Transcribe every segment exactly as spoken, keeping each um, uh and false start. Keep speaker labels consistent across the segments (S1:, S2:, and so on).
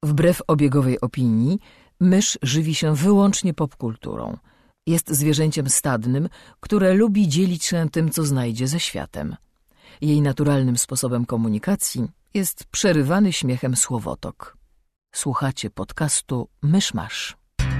S1: Wbrew obiegowej opinii, mysz żywi się wyłącznie popkulturą. Jest zwierzęciem stadnym, które lubi dzielić się tym, co znajdzie ze światem. Jej naturalnym sposobem komunikacji jest przerywany śmiechem słowotok. Słuchacie podcastu Mysz Masz.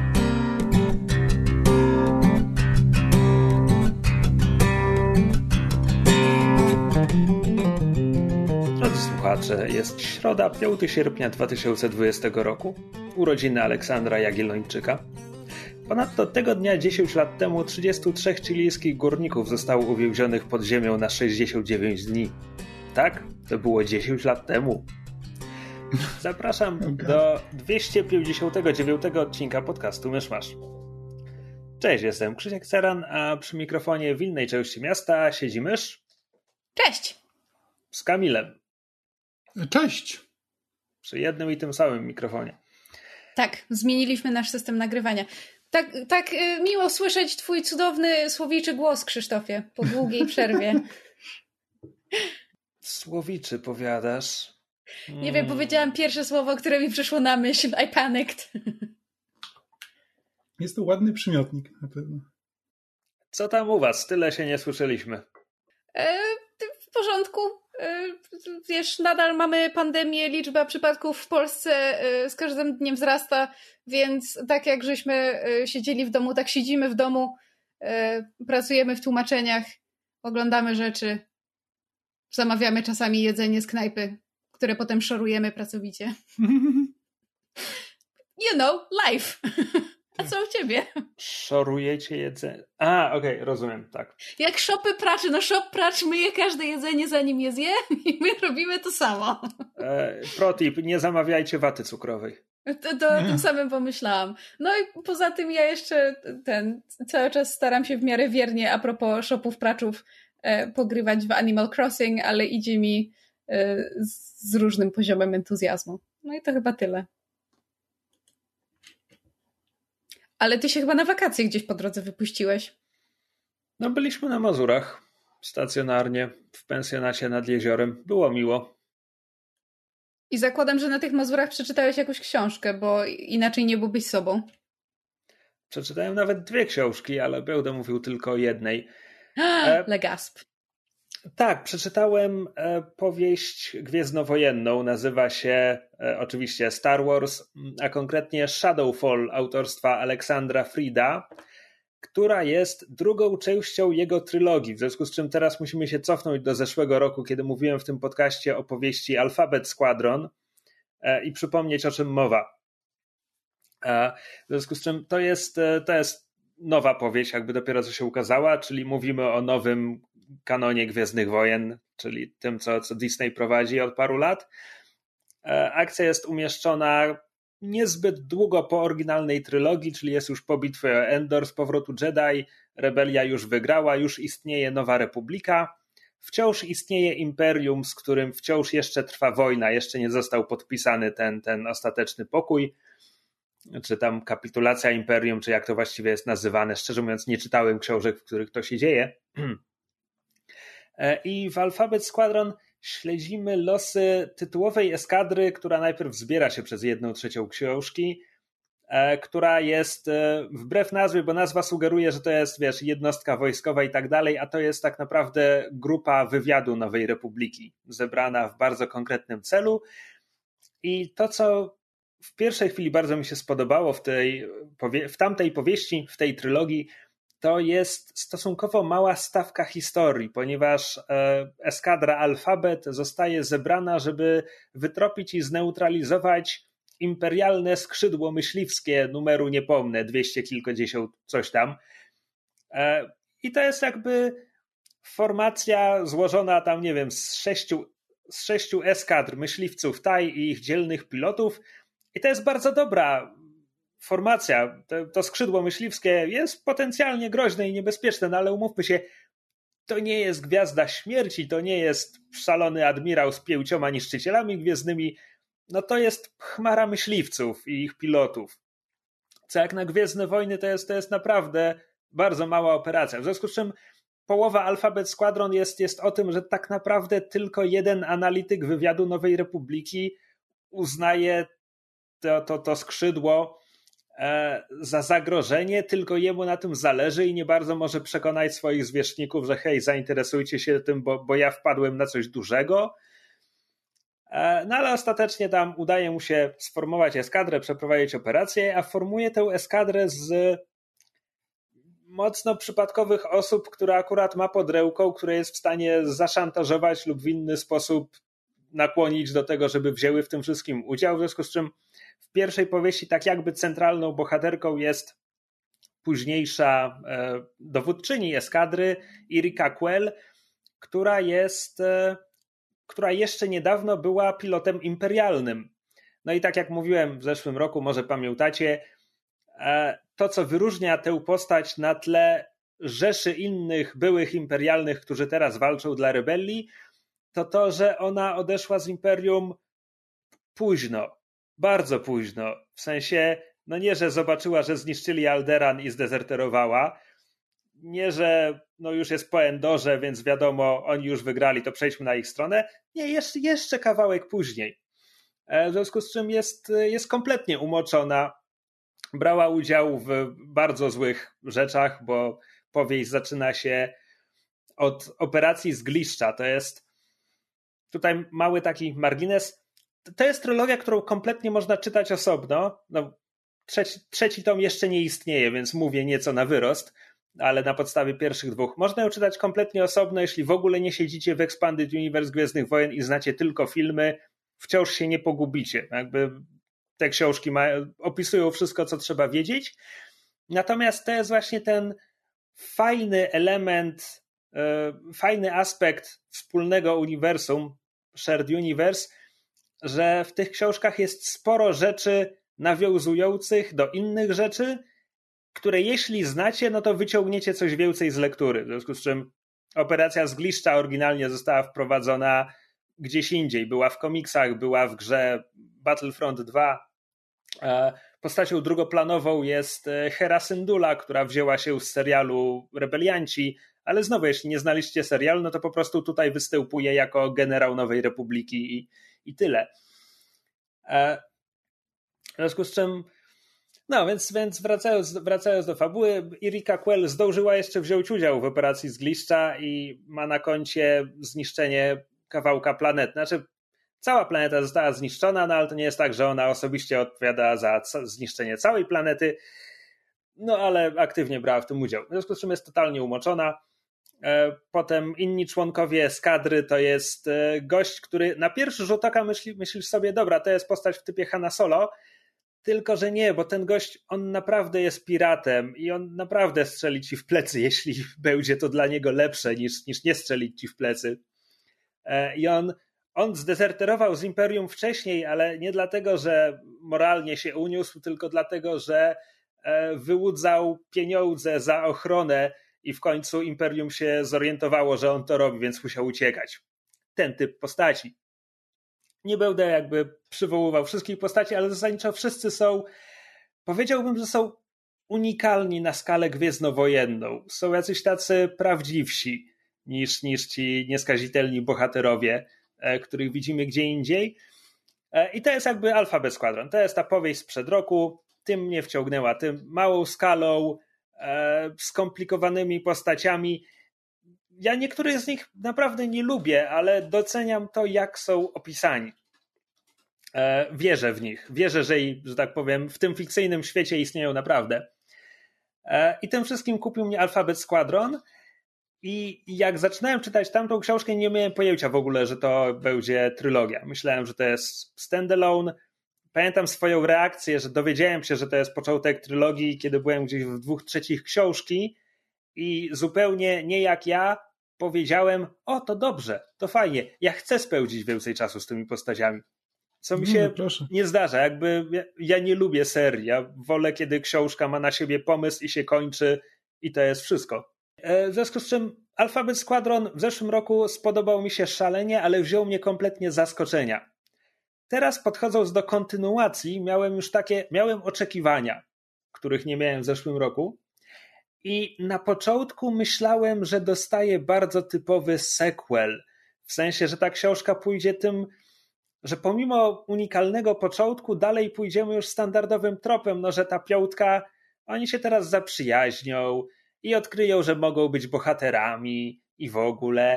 S2: Drodzy słuchacze, jest środa, piątego sierpnia dwa tysiące dwudziestego roku, urodziny Aleksandra Jagiellończyka. Ponadto tego dnia dziesięć lat temu trzydziestu trzech chilijskich górników zostało uwięzionych pod ziemią na sześćdziesiąt dziewięć dni. Tak, to było dziesięć lat temu. Zapraszam do dwieście pięćdziesiątego dziewiątego odcinka podcastu Mysz Masz. Cześć, jestem Krzysiek Ceran, a przy mikrofonie w innej części miasta siedzi mysz.
S3: Cześć!
S2: Z Kamilem.
S4: Cześć!
S2: Przy jednym i tym samym mikrofonie.
S3: Tak, zmieniliśmy nasz system nagrywania. Tak, tak y, miło słyszeć twój cudowny słowiczy głos, Krzysztofie, po długiej przerwie.
S2: Słowiczy, powiadasz?
S3: Nie hmm. wiem, powiedziałam pierwsze słowo, które mi przyszło na myśl. I panicked.
S4: Jest to ładny przymiotnik, na pewno.
S2: Co tam u was? Tyle się nie słyszeliśmy.
S3: E, w porządku. E, wiesz, nadal mamy pandemię, liczba przypadków w Polsce e, z każdym dniem wzrasta, więc tak jak żeśmy e, siedzieli w domu, tak siedzimy w domu, e, pracujemy w tłumaczeniach, oglądamy rzeczy, zamawiamy czasami jedzenie z knajpy, które potem szorujemy pracowicie. You know, life. A co u ciebie?
S2: Szorujecie jedzenie. A, okej, okay, rozumiem, tak.
S3: Jak shopy praczy, no shop pracz myje każde jedzenie zanim je zje i my robimy to samo.
S2: E, protip, nie zamawiajcie waty cukrowej.
S3: To, to o tym samym pomyślałam. No i poza tym ja jeszcze ten cały czas staram się w miarę wiernie a propos shopów praczów e, pogrywać w Animal Crossing, ale idzie mi e, z, z różnym poziomem entuzjazmu. No i to chyba tyle. Ale ty się chyba na wakacje gdzieś po drodze wypuściłeś.
S2: No byliśmy na Mazurach, stacjonarnie, w pensjonacie nad jeziorem. Było miło.
S3: I zakładam, że na tych Mazurach przeczytałeś jakąś książkę, bo inaczej nie byłbyś sobą.
S2: Przeczytałem nawet dwie książki, ale będę mówił tylko o jednej.
S3: E... Legasp.
S2: Tak, przeczytałem e, powieść gwiezdnowojenną, nazywa się e, oczywiście Star Wars, a konkretnie Shadowfall autorstwa Aleksandra Frida, która jest drugą częścią jego trylogii, w związku z czym teraz musimy się cofnąć do zeszłego roku, kiedy mówiłem w tym podcaście o powieści Alphabet Squadron e, i przypomnieć, o czym mowa. E, w związku z czym to jest, e, to jest nowa powieść, jakby dopiero co się ukazała, czyli mówimy o nowym kanonie Gwiezdnych Wojen, czyli tym, co, co Disney prowadzi od paru lat. Akcja jest umieszczona niezbyt długo po oryginalnej trylogii, czyli jest już po bitwie o Endor, z powrotu Jedi, rebelia już wygrała, już istnieje Nowa Republika, wciąż istnieje Imperium, z którym wciąż jeszcze trwa wojna, jeszcze nie został podpisany ten, ten ostateczny pokój, czy tam kapitulacja Imperium, czy jak to właściwie jest nazywane. Szczerze mówiąc, nie czytałem książek, w których to się dzieje. I w Alphabet Squadron śledzimy losy tytułowej eskadry, która najpierw zbiera się przez jedną trzecią książki, która jest wbrew nazwie, bo nazwa sugeruje, że to jest, wiesz, jednostka wojskowa i tak dalej, a to jest tak naprawdę grupa wywiadu Nowej Republiki, zebrana w bardzo konkretnym celu. I to, co w pierwszej chwili bardzo mi się spodobało w tej, w tamtej powieści, w tej trylogii, to jest stosunkowo mała stawka historii, ponieważ eskadra Alfabet zostaje zebrana, żeby wytropić i zneutralizować imperialne skrzydło myśliwskie, numeru nie pomnę, dwieście kilkadziesiąt, coś tam. I to jest jakby formacja złożona tam, nie wiem, z sześciu, z sześciu eskadr myśliwców Taj i ich dzielnych pilotów. I to jest bardzo dobra formacja. To, to skrzydło myśliwskie jest potencjalnie groźne i niebezpieczne, no ale umówmy się, to nie jest Gwiazda Śmierci, to nie jest szalony admirał z pięcioma niszczycielami gwiezdnymi, no to jest chmara myśliwców i ich pilotów. Co jak na Gwiezdne Wojny to jest, to jest naprawdę bardzo mała operacja. W związku z czym połowa Alphabet Squadron jest, jest o tym, że tak naprawdę tylko jeden analityk wywiadu Nowej Republiki uznaje to, to, to skrzydło za zagrożenie, tylko jemu na tym zależy i nie bardzo może przekonać swoich zwierzchników, że hej, zainteresujcie się tym, bo, bo ja wpadłem na coś dużego. No ale ostatecznie tam udaje mu się sformować eskadrę, przeprowadzić operację, a formuje tę eskadrę z mocno przypadkowych osób, która akurat ma pod ręką, które jest w stanie zaszantażować lub w inny sposób nakłonić do tego, żeby wzięły w tym wszystkim udział, w związku z czym w pierwszej powieści tak jakby centralną bohaterką jest późniejsza e, dowódczyni eskadry Irika Quell, która jest, e, która jeszcze niedawno była pilotem imperialnym. No i tak jak mówiłem w zeszłym roku, może pamiętacie, e, to co wyróżnia tę postać na tle rzeszy innych byłych imperialnych, którzy teraz walczą dla rebelii, to to, że ona odeszła z imperium późno. Bardzo późno. W sensie, no nie, że zobaczyła, że zniszczyli Alderan i zdezerterowała. Nie, że no już jest po Endorze, więc wiadomo, oni już wygrali, to przejdźmy na ich stronę. Nie, jeszcze, jeszcze kawałek później. W związku z czym jest, jest kompletnie umoczona. Brała udział w bardzo złych rzeczach, bo powieść zaczyna się od operacji Zgliszcza. To jest tutaj mały taki margines. To jest trylogia, którą kompletnie można czytać osobno. No, trzeci, trzeci tom jeszcze nie istnieje, więc mówię nieco na wyrost, ale na podstawie pierwszych dwóch. Można ją czytać kompletnie osobno, jeśli w ogóle nie siedzicie w Expanded Universe Gwiezdnych Wojen i znacie tylko filmy, wciąż się nie pogubicie. Jakby te książki ma, opisują wszystko, co trzeba wiedzieć. Natomiast to jest właśnie ten fajny element, yy, fajny aspekt wspólnego uniwersum, shared universe, że w tych książkach jest sporo rzeczy nawiązujących do innych rzeczy, które jeśli znacie, no to wyciągniecie coś więcej z lektury. W związku z czym operacja Zgliszcza oryginalnie została wprowadzona gdzieś indziej. Była w komiksach, była w grze Battlefront dwa. Postacią drugoplanową jest Hera Syndulla, która wzięła się z serialu Rebelianci, ale znowu, jeśli nie znaliście serialu, no to po prostu tutaj występuje jako generał Nowej Republiki i, i tyle. W związku z czym, no więc, więc wracając, wracając do fabuły, Irika Quell zdążyła jeszcze wziąć udział w operacji Zgliszcza i ma na koncie zniszczenie kawałka planety. Znaczy, cała planeta została zniszczona, no ale to nie jest tak, że ona osobiście odpowiada za zniszczenie całej planety, no ale aktywnie brała w tym udział. W związku z czym jest totalnie umoczona. Potem inni członkowie eskadry to jest gość, który na pierwszy rzut oka myśli, myślisz sobie, dobra, to jest postać w typie Hanna Solo, tylko że nie, bo ten gość, on naprawdę jest piratem i on naprawdę strzeli ci w plecy, jeśli będzie to dla niego lepsze niż, niż nie strzelić ci w plecy. I on, on zdezerterował z Imperium wcześniej, ale nie dlatego, że moralnie się uniósł, tylko dlatego, że wyłudzał pieniądze za ochronę i w końcu Imperium się zorientowało, że on to robi, więc musiał uciekać. Ten typ postaci. Nie będę jakby przywoływał wszystkich postaci, ale zasadniczo wszyscy są, powiedziałbym, że są unikalni na skalę gwiezdnowojenną. Są jacyś tacy prawdziwsi niż, niż ci nieskazitelni bohaterowie, których widzimy gdzie indziej. I to jest jakby Alphabet Squadron. To jest ta powieść sprzed roku. Tym mnie wciągnęła. Tym małą skalą, skomplikowanymi postaciami. Ja niektórych z nich naprawdę nie lubię, ale doceniam to, jak są opisani. Wierzę w nich. Wierzę, że, i, że tak powiem, w tym fikcyjnym świecie istnieją naprawdę. I tym wszystkim kupił mnie Alphabet Squadron. I jak zaczynałem czytać tamtą książkę, nie miałem pojęcia w ogóle, że to będzie trylogia. Myślałem, że to jest standalone. Pamiętam swoją reakcję, że dowiedziałem się, że to jest początek trylogii, kiedy byłem gdzieś w dwóch trzecich książki i zupełnie nie jak ja powiedziałem, o to dobrze, to fajnie, ja chcę spędzić więcej czasu z tymi postaciami. Co mi się no, nie zdarza, jakby ja, ja nie lubię serii, ja wolę, kiedy książka ma na siebie pomysł i się kończy i to jest wszystko. W związku z czym Alphabet Squadron w zeszłym roku spodobał mi się szalenie, ale wziął mnie kompletnie z zaskoczenia. Teraz podchodząc do kontynuacji, miałem już takie, miałem oczekiwania, których nie miałem w zeszłym roku. I na początku myślałem, że dostaję bardzo typowy sequel. W sensie, że ta książka pójdzie tym że pomimo unikalnego początku dalej pójdziemy już standardowym tropem, no że ta piątka, oni się teraz zaprzyjaźnią i odkryją, że mogą być bohaterami i w ogóle.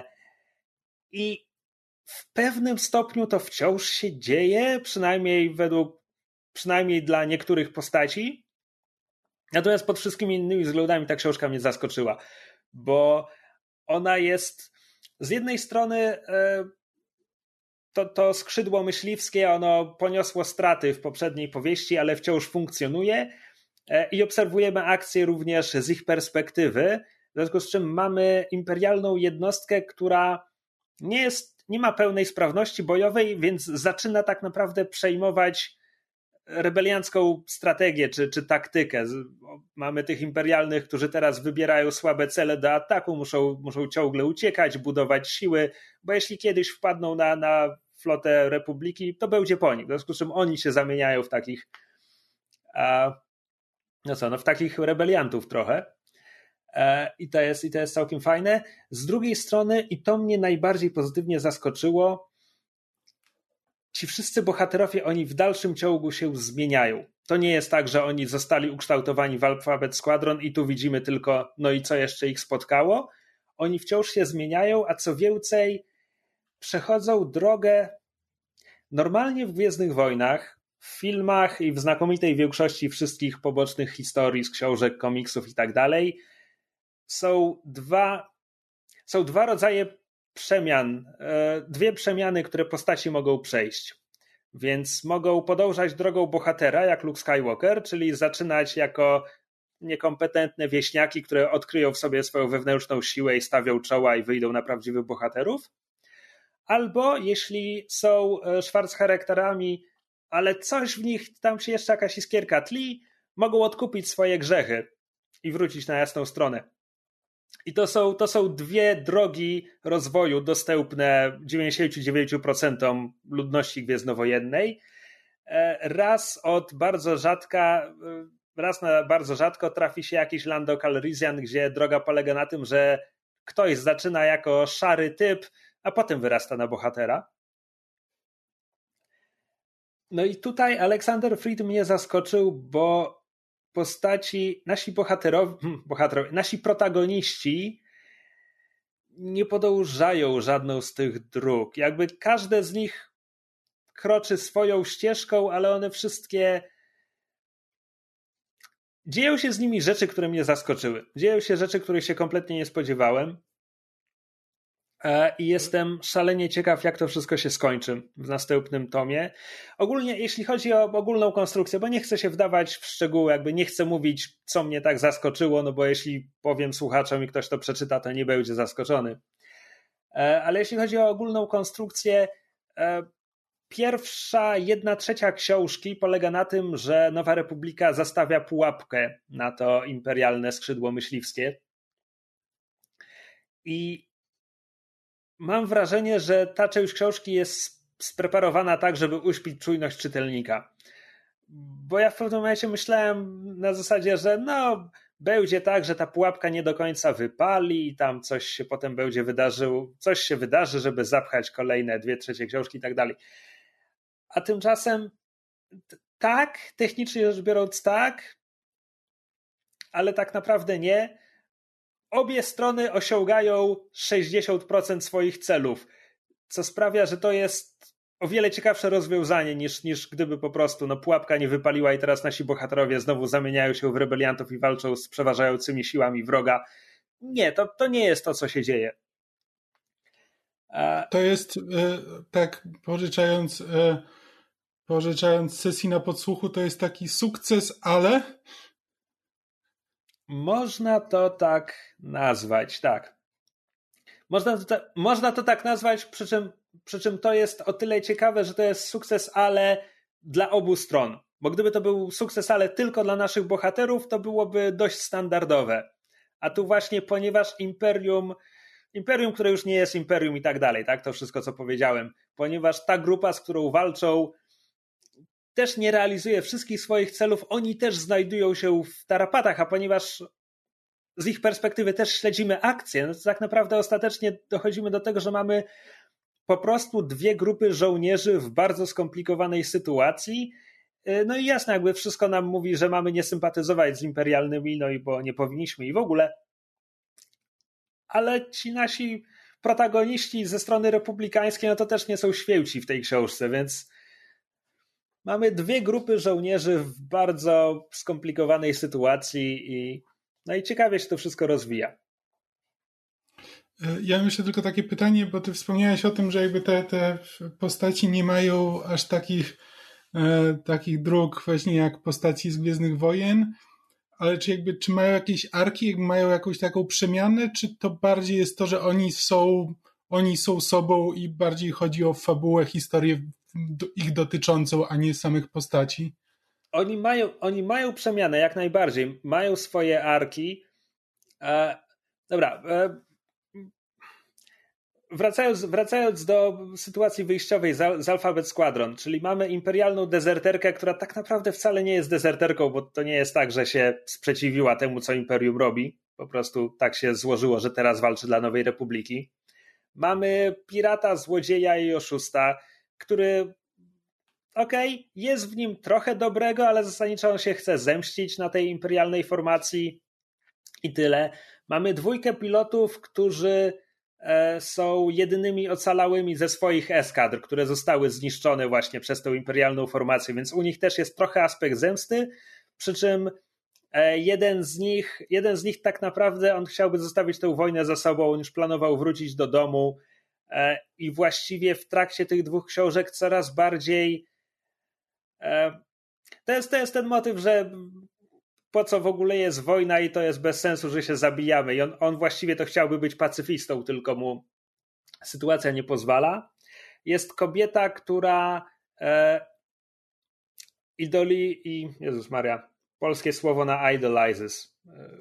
S2: I w pewnym stopniu to wciąż się dzieje, przynajmniej według, przynajmniej dla niektórych postaci. Natomiast pod wszystkimi innymi względami ta książka mnie zaskoczyła, bo ona jest z jednej strony to, to skrzydło myśliwskie, ono poniosło straty w poprzedniej powieści, ale wciąż funkcjonuje i obserwujemy akcje również z ich perspektywy, w związku z czym mamy imperialną jednostkę, która nie jest, nie ma pełnej sprawności bojowej, więc zaczyna tak naprawdę przejmować rebeliancką strategię czy, czy taktykę. Mamy tych imperialnych, którzy teraz wybierają słabe cele do ataku, muszą, muszą ciągle uciekać, budować siły, bo jeśli kiedyś wpadną na, na flotę Republiki, to będzie po nich. W związku z czym oni się zamieniają w takich a, no co, no w takich rebeliantów trochę. E, i, to jest, I to jest całkiem fajne. Z drugiej strony, i to mnie najbardziej pozytywnie zaskoczyło, ci wszyscy bohaterowie, oni w dalszym ciągu się zmieniają. To nie jest tak, że oni zostali ukształtowani w Alphabet Squadron i tu widzimy tylko, no i co jeszcze ich spotkało. Oni wciąż się zmieniają, a co więcej, przechodzą drogę normalnie w Gwiezdnych Wojnach, w filmach i w znakomitej większości wszystkich pobocznych historii z książek, komiksów i tak dalej. Są dwa, są dwa rodzaje przemian, dwie przemiany, które postaci mogą przejść. Więc mogą podążać drogą bohatera, jak Luke Skywalker, czyli zaczynać jako niekompetentne wieśniaki, które odkryją w sobie swoją wewnętrzną siłę i stawią czoła i wyjdą na prawdziwych bohaterów. Albo jeśli są Schwarzcharakterami, ale coś w nich, tam się jeszcze jakaś iskierka tli, mogą odkupić swoje grzechy i wrócić na jasną stronę. I to są, to są dwie drogi rozwoju dostępne dziewięćdziesiąt dziewięć procent ludności gwiezdnowojennej. Raz od bardzo rzadka, raz na bardzo rzadko trafi się jakiś Lando Calrissian, gdzie droga polega na tym, że ktoś zaczyna jako szary typ, a potem wyrasta na bohatera. No i tutaj Alexander Freed mnie zaskoczył, bo postaci, nasi bohaterowie, bohaterowie, nasi protagoniści nie podążają żadną z tych dróg. Jakby każde z nich kroczy swoją ścieżką, ale one wszystkie dzieją się z nimi rzeczy, które mnie zaskoczyły. Dzieją się rzeczy, których się kompletnie nie spodziewałem. I jestem szalenie ciekaw, jak to wszystko się skończy w następnym tomie. Ogólnie, jeśli chodzi o ogólną konstrukcję, bo nie chcę się wdawać w szczegóły, jakby nie chcę mówić, co mnie tak zaskoczyło, no bo jeśli powiem słuchaczom i ktoś to przeczyta, to nie będzie zaskoczony. Ale jeśli chodzi o ogólną konstrukcję, pierwsza jedna trzecia książki polega na tym, że Nowa Republika zastawia pułapkę na to imperialne skrzydło myśliwskie. I mam wrażenie, że ta część książki jest spreparowana tak, żeby uśpić czujność czytelnika. Bo ja w pewnym momencie myślałem na zasadzie, że no będzie tak, że ta pułapka nie do końca wypali i tam coś się potem będzie wydarzyło, coś się wydarzy, żeby zapchać kolejne dwie trzecie książki i tak dalej. A tymczasem tak, technicznie rzecz biorąc tak, ale tak naprawdę nie. Obie strony osiągają sześćdziesiąt procent swoich celów, co sprawia, że to jest o wiele ciekawsze rozwiązanie niż, niż gdyby po prostu no, pułapka nie wypaliła i teraz nasi bohaterowie znowu zamieniają się w rebeliantów i walczą z przeważającymi siłami wroga. Nie, to, to nie jest to, co się dzieje.
S4: A... To jest, tak pożyczając, pożyczając sesji na podsłuchu, to jest taki sukces, ale...
S2: Można to tak nazwać, tak. Można to, ta, można to tak nazwać, przy czym, przy czym to jest o tyle ciekawe, że to jest sukces, ale dla obu stron. Bo gdyby to był sukces, ale tylko dla naszych bohaterów, to byłoby dość standardowe. A tu właśnie, ponieważ Imperium, Imperium, które już nie jest Imperium i tak dalej, tak, to wszystko, co powiedziałem, ponieważ ta grupa, z którą walczą, też nie realizuje wszystkich swoich celów, oni też znajdują się w tarapatach, a ponieważ z ich perspektywy też śledzimy akcje, no to tak naprawdę ostatecznie dochodzimy do tego, że mamy po prostu dwie grupy żołnierzy w bardzo skomplikowanej sytuacji. No i jasne, jakby wszystko nam mówi, że mamy nie sympatyzować z imperialnymi, no i bo nie powinniśmy i w ogóle. Ale ci nasi protagoniści ze strony republikańskiej, no to też nie są święci w tej książce, więc mamy dwie grupy żołnierzy w bardzo skomplikowanej sytuacji i no i ciekawie się to wszystko rozwija.
S4: Ja mam jeszcze tylko takie pytanie, bo ty wspomniałeś o tym, że jakby te, te postaci nie mają aż takich, e, takich dróg właśnie jak postaci z Gwiezdnych Wojen, ale czy jakby, czy mają jakieś arki, jakby mają jakąś taką przemianę, czy to bardziej jest to, że oni są, oni są sobą i bardziej chodzi o fabułę, historię ich dotyczącą, a nie samych postaci?
S2: Oni mają, oni mają przemianę, jak najbardziej. Mają swoje arki. E, dobra. E, wracając, wracając do sytuacji wyjściowej z, z Alphabet Squadron, czyli mamy imperialną dezerterkę, która tak naprawdę wcale nie jest dezerterką, bo to nie jest tak, że się sprzeciwiła temu, co Imperium robi. Po prostu tak się złożyło, że teraz walczy dla Nowej Republiki. Mamy pirata, złodzieja i oszusta, który okej, okay, jest w nim trochę dobrego, ale zasadniczo on się chce zemścić na tej imperialnej formacji i tyle. Mamy dwójkę pilotów, którzy e, są jedynymi ocalałymi ze swoich eskadr, które zostały zniszczone właśnie przez tę imperialną formację, więc u nich też jest trochę aspekt zemsty, przy czym e, jeden z nich, jeden z nich tak naprawdę on chciałby zostawić tę wojnę za sobą, on już planował wrócić do domu e, i właściwie w trakcie tych dwóch książek coraz bardziej To jest, to jest ten motyw, że po co w ogóle jest wojna i to jest bez sensu, że się zabijamy. I on, on właściwie to chciałby być pacyfistą, tylko mu sytuacja nie pozwala. Jest kobieta, która e, idoli i Jezus Maria, polskie słowo na idolizes.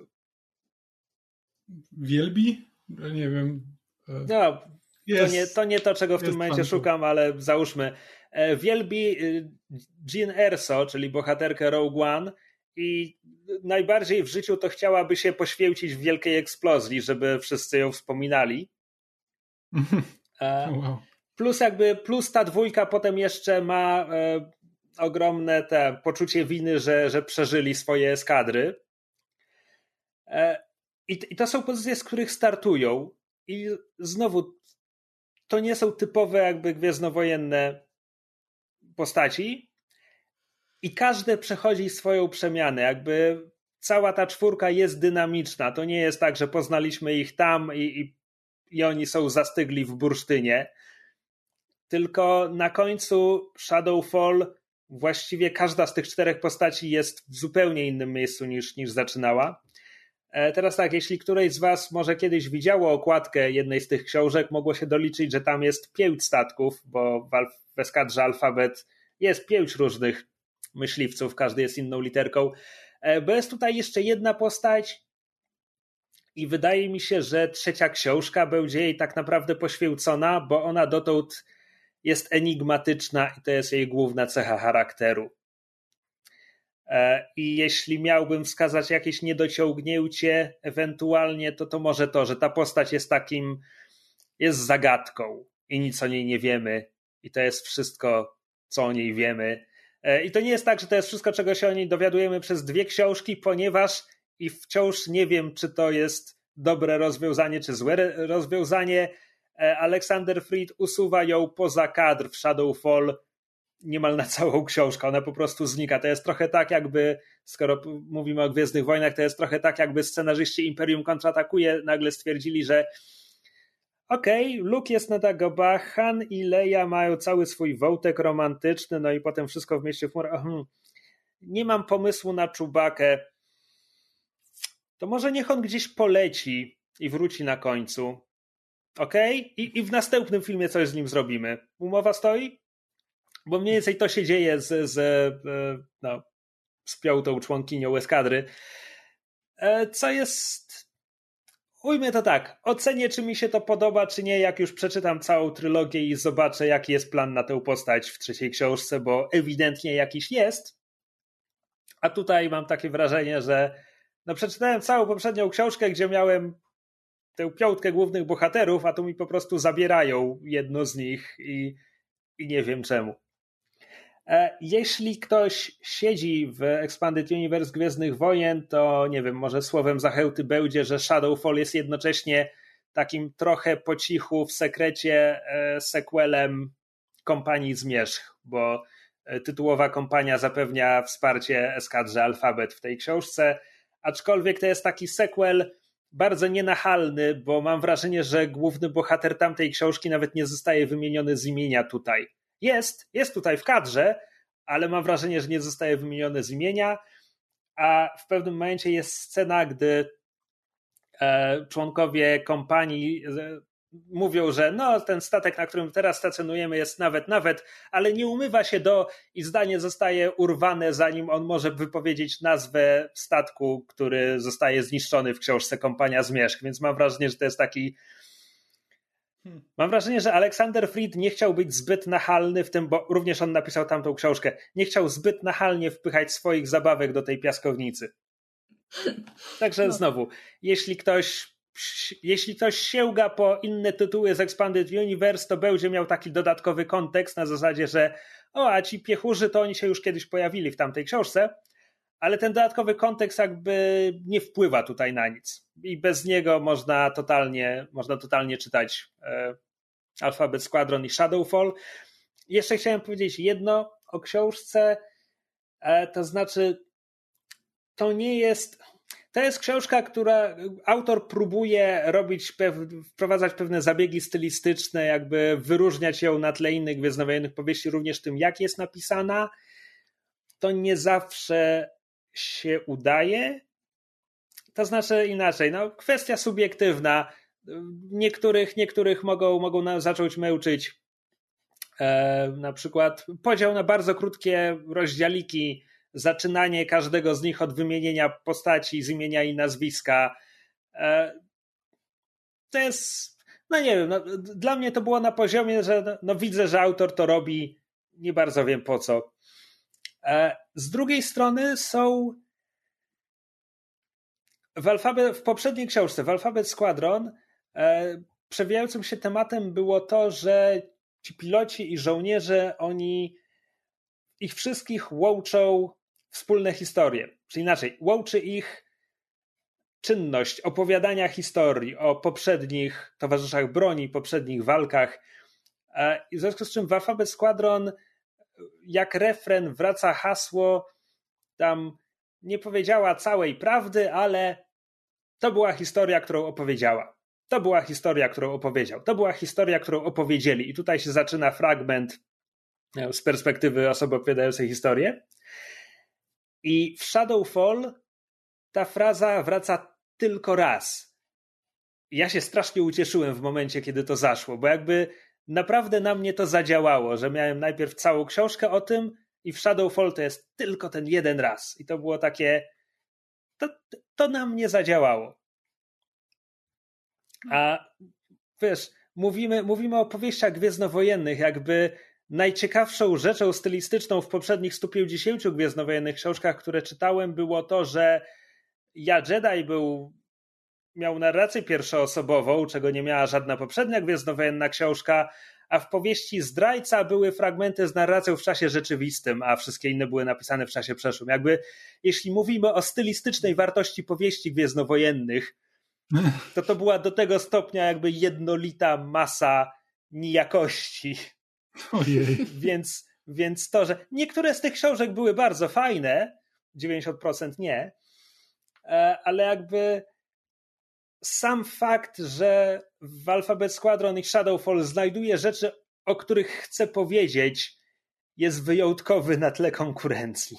S4: Wielbi? Nie wiem.
S2: No,
S4: Jest,
S2: to, nie, to nie to, czego w tym momencie
S4: fanką.
S2: szukam, ale załóżmy. Wielbi Jean Erso, czyli bohaterkę Rogue One i najbardziej w życiu to chciałaby się poświęcić w wielkiej eksplozji, żeby wszyscy ją wspominali.
S4: Wow.
S2: Plus jakby, plus ta dwójka potem jeszcze ma e, ogromne te poczucie winy, że, że przeżyli swoje eskadry. E, i, I to są pozycje, z których startują i znowu to nie są typowe jakby gwiezdnowojenne postaci i każde przechodzi swoją przemianę. Jakby cała ta czwórka jest dynamiczna. To nie jest tak, że poznaliśmy ich tam i, i, i oni są zastygli w bursztynie. Tylko na końcu Shadowfall właściwie każda z tych czterech postaci jest w zupełnie innym miejscu niż, niż zaczynała. Teraz tak, jeśli któreś z was może kiedyś widziało okładkę jednej z tych książek, mogło się doliczyć, że tam jest pięć statków, bo w eskadrze Alfabet jest pięć różnych myśliwców, każdy jest inną literką. Bo jest tutaj jeszcze jedna postać i wydaje mi się, że trzecia książka będzie jej tak naprawdę poświęcona, bo ona dotąd jest enigmatyczna i to jest jej główna cecha charakteru. I jeśli miałbym wskazać jakieś niedociągnięcie ewentualnie, to to może to, że ta postać jest takim, jest zagadką i nic o niej nie wiemy i to jest wszystko, co o niej wiemy. I to nie jest tak, że to jest wszystko, czego się o niej dowiadujemy przez dwie książki, ponieważ i wciąż nie wiem, czy to jest dobre rozwiązanie, czy złe rozwiązanie. Alexander Freed usuwa ją poza kadr w Shadowfall niemal na całą książkę, ona po prostu znika. To jest trochę tak jakby, skoro mówimy o Gwiezdnych Wojnach, to jest trochę tak jakby scenarzyści Imperium kontratakuje nagle stwierdzili, że okej, okay, Luke jest na Dagobah, Han i Leia mają cały swój wątek romantyczny, no i potem wszystko w mieście chmur. Hmm, nie mam pomysłu na Chewbackę. To może niech on gdzieś poleci i wróci na końcu. Okej? Okay? I, I w następnym filmie coś z nim zrobimy. Umowa stoi? Bo mniej więcej to się dzieje z, z, no, z piątą członkinią eskadry. Co jest... Ujmę to tak. Ocenię, czy mi się to podoba, czy nie, jak już przeczytam całą trylogię i zobaczę, jaki jest plan na tę postać w trzeciej książce, bo ewidentnie jakiś jest. A tutaj mam takie wrażenie, że no, przeczytałem całą poprzednią książkę, gdzie miałem tę piątkę głównych bohaterów, a tu mi po prostu zabierają jedno z nich i, i nie wiem czemu. Jeśli ktoś siedzi w Expanded Universe Gwiezdnych Wojen, to nie wiem, może słowem zachęty będzie, że Shadowfall jest jednocześnie takim trochę po cichu, w sekrecie sequelem Kompanii Zmierzch, bo tytułowa kompania zapewnia wsparcie eskadrze Alfabet w tej książce, aczkolwiek to jest taki sequel bardzo nienachalny, bo mam wrażenie, że główny bohater tamtej książki nawet nie zostaje wymieniony z imienia tutaj. Jest, jest tutaj w kadrze, ale mam wrażenie, że nie zostaje wymieniony z imienia, a w pewnym momencie jest scena, gdy e, członkowie kompanii e, mówią, że no ten statek, na którym teraz stacjonujemy jest nawet, nawet, ale nie umywa się do i zdanie zostaje urwane, zanim on może wypowiedzieć nazwę statku, który zostaje zniszczony w książce Kompania Zmierzch, więc mam wrażenie, że to jest taki Mam wrażenie, że Alexander Freed nie chciał być zbyt nachalny w tym, bo również on napisał tamtą książkę, nie chciał zbyt nachalnie wpychać swoich zabawek do tej piaskownicy. Także no. Znowu, jeśli ktoś jeśli ktoś sięga po inne tytuły z Expanded Universe, to będzie miał taki dodatkowy kontekst na zasadzie, że o, a ci piechurzy to oni się już kiedyś pojawili w tamtej książce, ale ten dodatkowy kontekst jakby nie wpływa tutaj na nic. I bez niego można totalnie, można totalnie czytać e, Alphabet Squadron i Shadowfall. Jeszcze chciałem powiedzieć jedno o książce, e, to znaczy to nie jest... To jest książka, która autor próbuje robić, pew, wprowadzać pewne zabiegi stylistyczne, jakby wyróżniać ją na tle innych gwiezdnowojennych powieści, również tym, jak jest napisana. To nie zawsze się udaje. To znaczy inaczej, no, kwestia subiektywna. Niektórych, niektórych mogą, mogą zacząć męczyć e, na przykład podział na bardzo krótkie rozdziałiki, zaczynanie każdego z nich od wymienienia postaci z imienia i nazwiska. E, to jest, no nie wiem, no, dla mnie to było na poziomie, że no, no widzę, że autor to robi, nie bardzo wiem po co. Z drugiej strony są w, alfabet, w poprzedniej książce, w Alphabet Squadron, e, przewijającym się tematem było to, że ci piloci i żołnierze, oni ich wszystkich łączą wspólne historie. Czyli inaczej, łączy ich czynność opowiadania historii o poprzednich towarzyszach broni, poprzednich walkach. E, I w związku z czym w Alphabet Squadron jak refren wraca hasło, tam nie powiedziała całej prawdy, ale to była historia, którą opowiedziała. To była historia, którą opowiedział. To była historia, którą opowiedzieli. I tutaj się zaczyna fragment z perspektywy osoby opowiadającej historię. I w Shadowfall ta fraza wraca tylko raz. Ja się strasznie ucieszyłem w momencie, kiedy to zaszło, bo jakby naprawdę na mnie to zadziałało, że miałem najpierw całą książkę o tym i w Shadowfall to jest tylko ten jeden raz. I to było takie... To, to na mnie zadziałało. A wiesz, mówimy, mówimy o powieściach gwiezdnowojennych, jakby najciekawszą rzeczą stylistyczną w poprzednich stu pięćdziesięciu gwiezdnowojennych książkach, które czytałem, było to, że Ja Jedi był... miał narrację pierwszoosobową, czego nie miała żadna poprzednia gwiezdnowojenna książka, a w powieści Zdrajca były fragmenty z narracją w czasie rzeczywistym, a wszystkie inne były napisane w czasie przeszłym. Jakby, jeśli mówimy o stylistycznej wartości powieści gwiezdnowojennych, to to była do tego stopnia jakby jednolita masa nijakości.
S4: Ojej.
S2: Więc, więc to, że niektóre z tych książek były bardzo fajne, dziewięćdziesiąt procent nie, ale jakby sam fakt, że w Alphabet Squadron i Shadowfall znajduje rzeczy, o których chcę powiedzieć, jest wyjątkowy na tle konkurencji.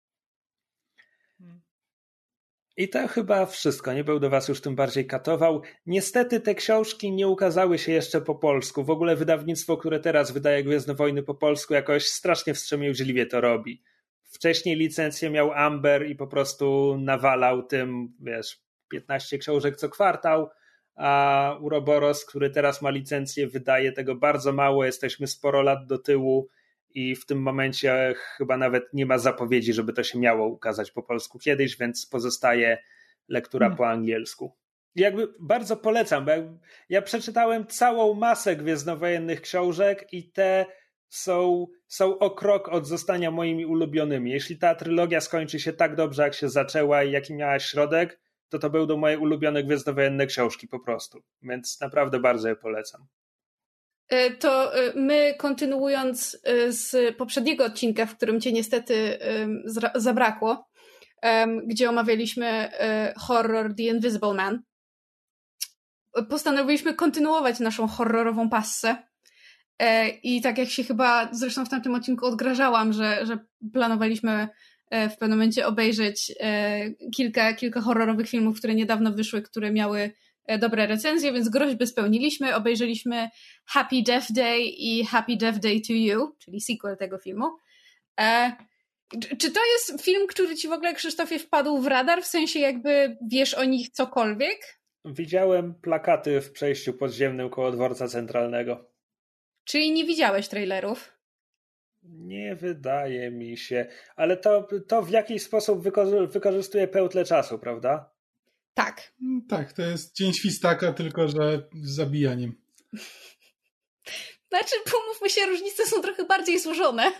S2: I to chyba wszystko. Nie będę was już tym bardziej katował. Niestety te książki nie ukazały się jeszcze po polsku. W ogóle wydawnictwo, które teraz wydaje Gwiezdne Wojny po polsku, jakoś strasznie wstrzemięźliwie to robi. Wcześniej licencję miał Amber i po prostu nawalał tym, wiesz, piętnaście książek co kwartał, a Uroboros, który teraz ma licencję, wydaje tego bardzo mało. Jesteśmy sporo lat do tyłu i w tym momencie chyba nawet nie ma zapowiedzi, żeby to się miało ukazać po polsku kiedyś, więc pozostaje lektura hmm. po angielsku. jakby bardzo polecam, bo ja przeczytałem całą masę gwiezdnowojennych książek i te są, są o krok od zostania moimi ulubionymi. Jeśli ta trylogia skończy się tak dobrze, jak się zaczęła i jaki miała środek, to to będą moje ulubione gwiezdnowojenne książki po prostu. Więc naprawdę bardzo je polecam.
S3: To my, kontynuując z poprzedniego odcinka, w którym cię niestety zabrakło, gdzie omawialiśmy horror The Invisible Man, postanowiliśmy kontynuować naszą horrorową passę. I tak jak się chyba zresztą w tamtym odcinku odgrażałam, że, że planowaliśmy w pewnym momencie obejrzeć kilka, kilka horrorowych filmów, które niedawno wyszły, które miały dobre recenzje, więc groźby spełniliśmy. Obejrzeliśmy Happy Death Day i Happy Death Day to You, czyli sequel tego filmu. E, czy to jest film, który ci w ogóle, Krzysztofie, wpadł w radar? W sensie jakby wiesz o nich cokolwiek?
S2: Widziałem plakaty w przejściu podziemnym koło dworca centralnego.
S3: Czyli nie widziałeś trailerów?
S2: Nie wydaje mi się, ale to, to w jakiś sposób wykorzystuje pętlę czasu, prawda?
S3: Tak.
S4: Tak, to jest Dzień Świstaka, tylko że z zabijaniem.
S3: Znaczy, pomówmy się, różnice są trochę bardziej złożone.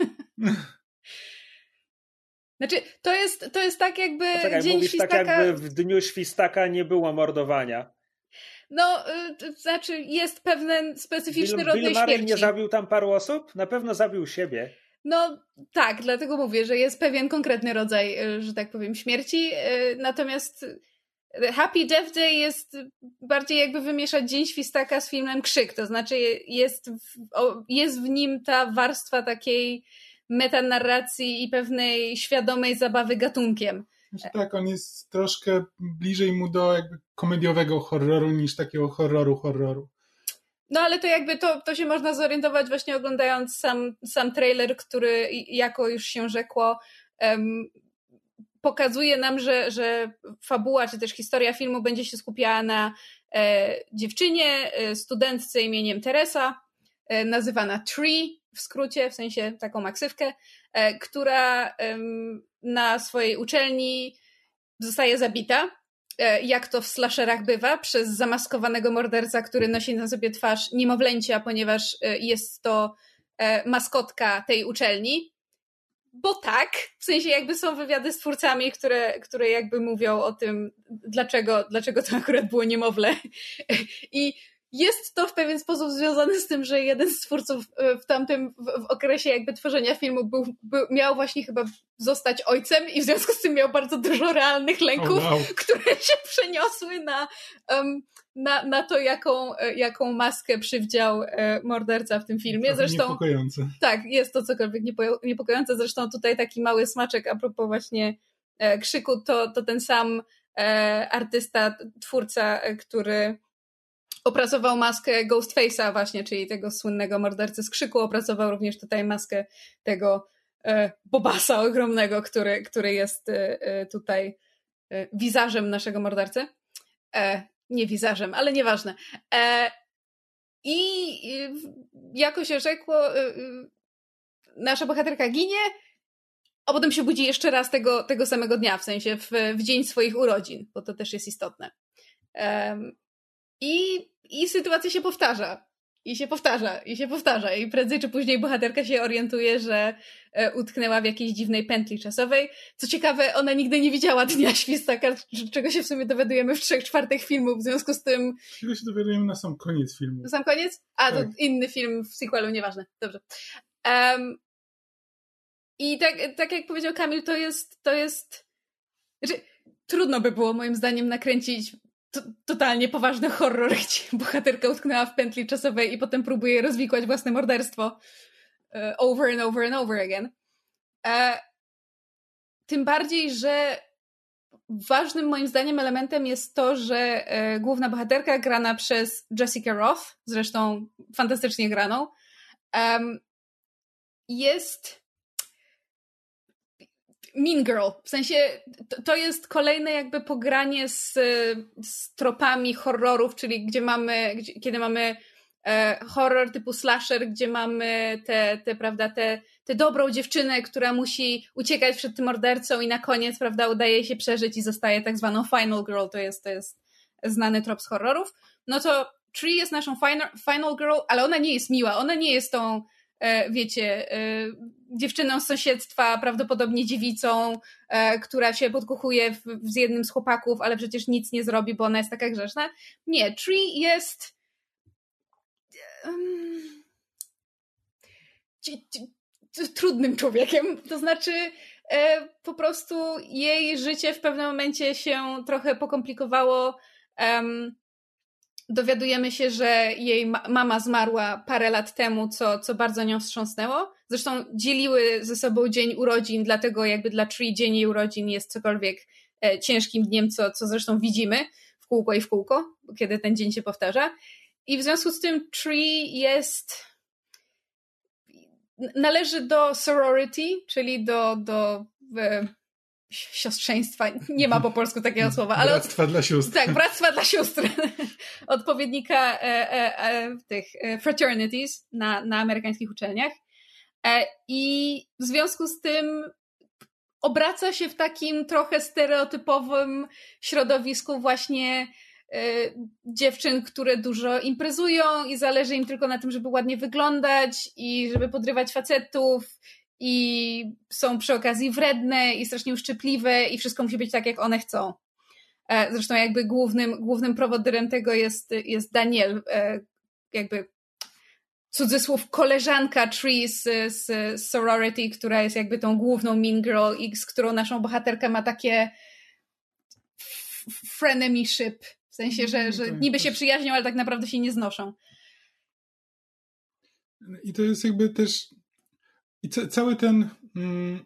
S3: Znaczy, to jest, to jest tak jakby
S2: Poczekaj,
S3: Dzień
S2: mówisz
S3: Świstaka...
S2: tak jakby w Dniu Świstaka nie było mordowania.
S3: No, to znaczy jest pewien specyficzny
S2: Bill,
S3: rodzaj
S2: Bill Murray
S3: śmierci.
S2: nie zabił tam paru osób? Na pewno zabił siebie.
S3: No tak, dlatego mówię, że jest pewien konkretny rodzaj, że tak powiem, śmierci. Natomiast Happy Death Day jest bardziej jakby wymieszać Dzień Świstaka z filmem Krzyk. To znaczy jest w, jest w nim ta warstwa takiej metanarracji i pewnej świadomej zabawy gatunkiem.
S4: Znaczy tak, on jest troszkę bliżej mu do jakby komediowego horroru niż takiego horroru horroru.
S3: No ale to jakby to, to się można zorientować właśnie oglądając sam, sam trailer, który jako już się rzekło um, pokazuje nam, że, że fabuła czy też historia filmu będzie się skupiała na e, dziewczynie, e, studentce imieniem Teresa, e, nazywana Tree w skrócie, w sensie taką maksywkę, e, która e, na swojej uczelni zostaje zabita. Jak to w slasherach bywa, przez zamaskowanego mordercę, który nosi na sobie twarz niemowlęcia, ponieważ jest to maskotka tej uczelni. Bo tak, w sensie jakby są wywiady z twórcami, które, które jakby mówią o tym, dlaczego, dlaczego to akurat było niemowlę. I jest to w pewien sposób związane z tym, że jeden z twórców w tamtym, w, w okresie jakby tworzenia filmu był, był, miał właśnie chyba zostać ojcem i w związku z tym miał bardzo dużo realnych lęków,
S4: oh, wow.
S3: które się przeniosły na, um, na, na to, jaką, jaką maskę przywdział e, morderca w tym filmie.
S4: Trochę
S3: Zresztą
S4: niepokojące.
S3: Tak, jest to cokolwiek niepo, niepokojące. Zresztą tutaj taki mały smaczek a propos właśnie e, Krzyku, to, to ten sam e, artysta, twórca, e, który opracował maskę Ghostface'a właśnie, czyli tego słynnego mordercy z Krzyku. Opracował również tutaj maskę tego e, Bobasa ogromnego, który, który jest e, tutaj e, wizażem naszego mordercy. E, nie wizażem, ale nieważne. E, I e, jako się rzekło, e, nasza bohaterka ginie, a potem się budzi jeszcze raz tego, tego samego dnia, w sensie w, w dzień swoich urodzin, bo to też jest istotne. Um, I, I sytuacja się powtarza. I się powtarza, i się powtarza. I prędzej czy później bohaterka się orientuje, że e, utknęła w jakiejś dziwnej pętli czasowej. Co ciekawe, ona nigdy nie widziała Dnia Świstaka, czego się w sumie dowiadujemy w trzech czwartych filmu, w związku z tym...
S4: Czego się dowiadujemy na sam koniec filmu.
S3: Na sam koniec? A,
S4: tak.
S3: To inny film w sequelu, nieważne. Dobrze. Um, I tak, tak jak powiedział Kamil, to jest... To jest... Znaczy, trudno by było moim zdaniem nakręcić To, totalnie poważny horror, gdzie bohaterka utknęła w pętli czasowej i potem próbuje rozwikłać własne morderstwo uh, over and over and over again. Uh, tym bardziej, że ważnym moim zdaniem elementem jest to, że uh, główna bohaterka grana przez Jessica Roth, zresztą fantastycznie graną, um, jest Mean Girl. W sensie to, to jest kolejne jakby pogranie z, z tropami horrorów, czyli gdzie mamy, gdzie, kiedy mamy e, horror typu slasher, gdzie mamy te, te prawda, te, te dobrą dziewczynę, która musi uciekać przed tym mordercą i na koniec, prawda, udaje się przeżyć i zostaje tak zwaną final girl. To jest, to jest znany trop z horrorów, no to Tree jest naszą final, final girl, ale ona nie jest miła, ona nie jest tą, e, wiecie, e, dziewczyną z sąsiedztwa, prawdopodobnie dziewicą, e, która się podkochuje w, z jednym z chłopaków, ale przecież nic nie zrobi, bo ona jest taka grzeszna. Nie, Tree jest um, ci, ci, ci, trudnym człowiekiem, to znaczy e, po prostu jej życie w pewnym momencie się trochę pokomplikowało. Um, Dowiadujemy się, że jej ma- mama zmarła parę lat temu, co, co bardzo nią wstrząsnęło. Zresztą dzieliły ze sobą dzień urodzin, dlatego jakby dla Tree dzień jej urodzin jest cokolwiek e, ciężkim dniem, co, co zresztą widzimy w kółko i w kółko, kiedy ten dzień się powtarza. I w związku z tym Tree jest... należy do sorority, czyli do, do e, siostrzeństwa. Nie ma po polsku takiego słowa. Ale
S4: bractwa od, dla sióstr.
S3: Tak, bractwa dla sióstr. Odpowiednika e, e, e, tych fraternities na, na amerykańskich uczelniach. E, I w związku z tym obraca się w takim trochę stereotypowym środowisku właśnie e, dziewczyn, które dużo imprezują i zależy im tylko na tym, żeby ładnie wyglądać i żeby podrywać facetów i są przy okazji wredne i strasznie uszczypliwe i wszystko musi być tak, jak one chcą. Zresztą jakby głównym, głównym prowodyrem tego jest, jest Danielle, jakby cudzysłów koleżanka Tree z, z, z sorority, która jest jakby tą główną mean girl i z którą naszą bohaterkę ma takie frenemyship, w sensie, że, że niby się przyjaźnią, ale tak naprawdę się nie znoszą.
S4: I to jest jakby też i ca- cały ten mm,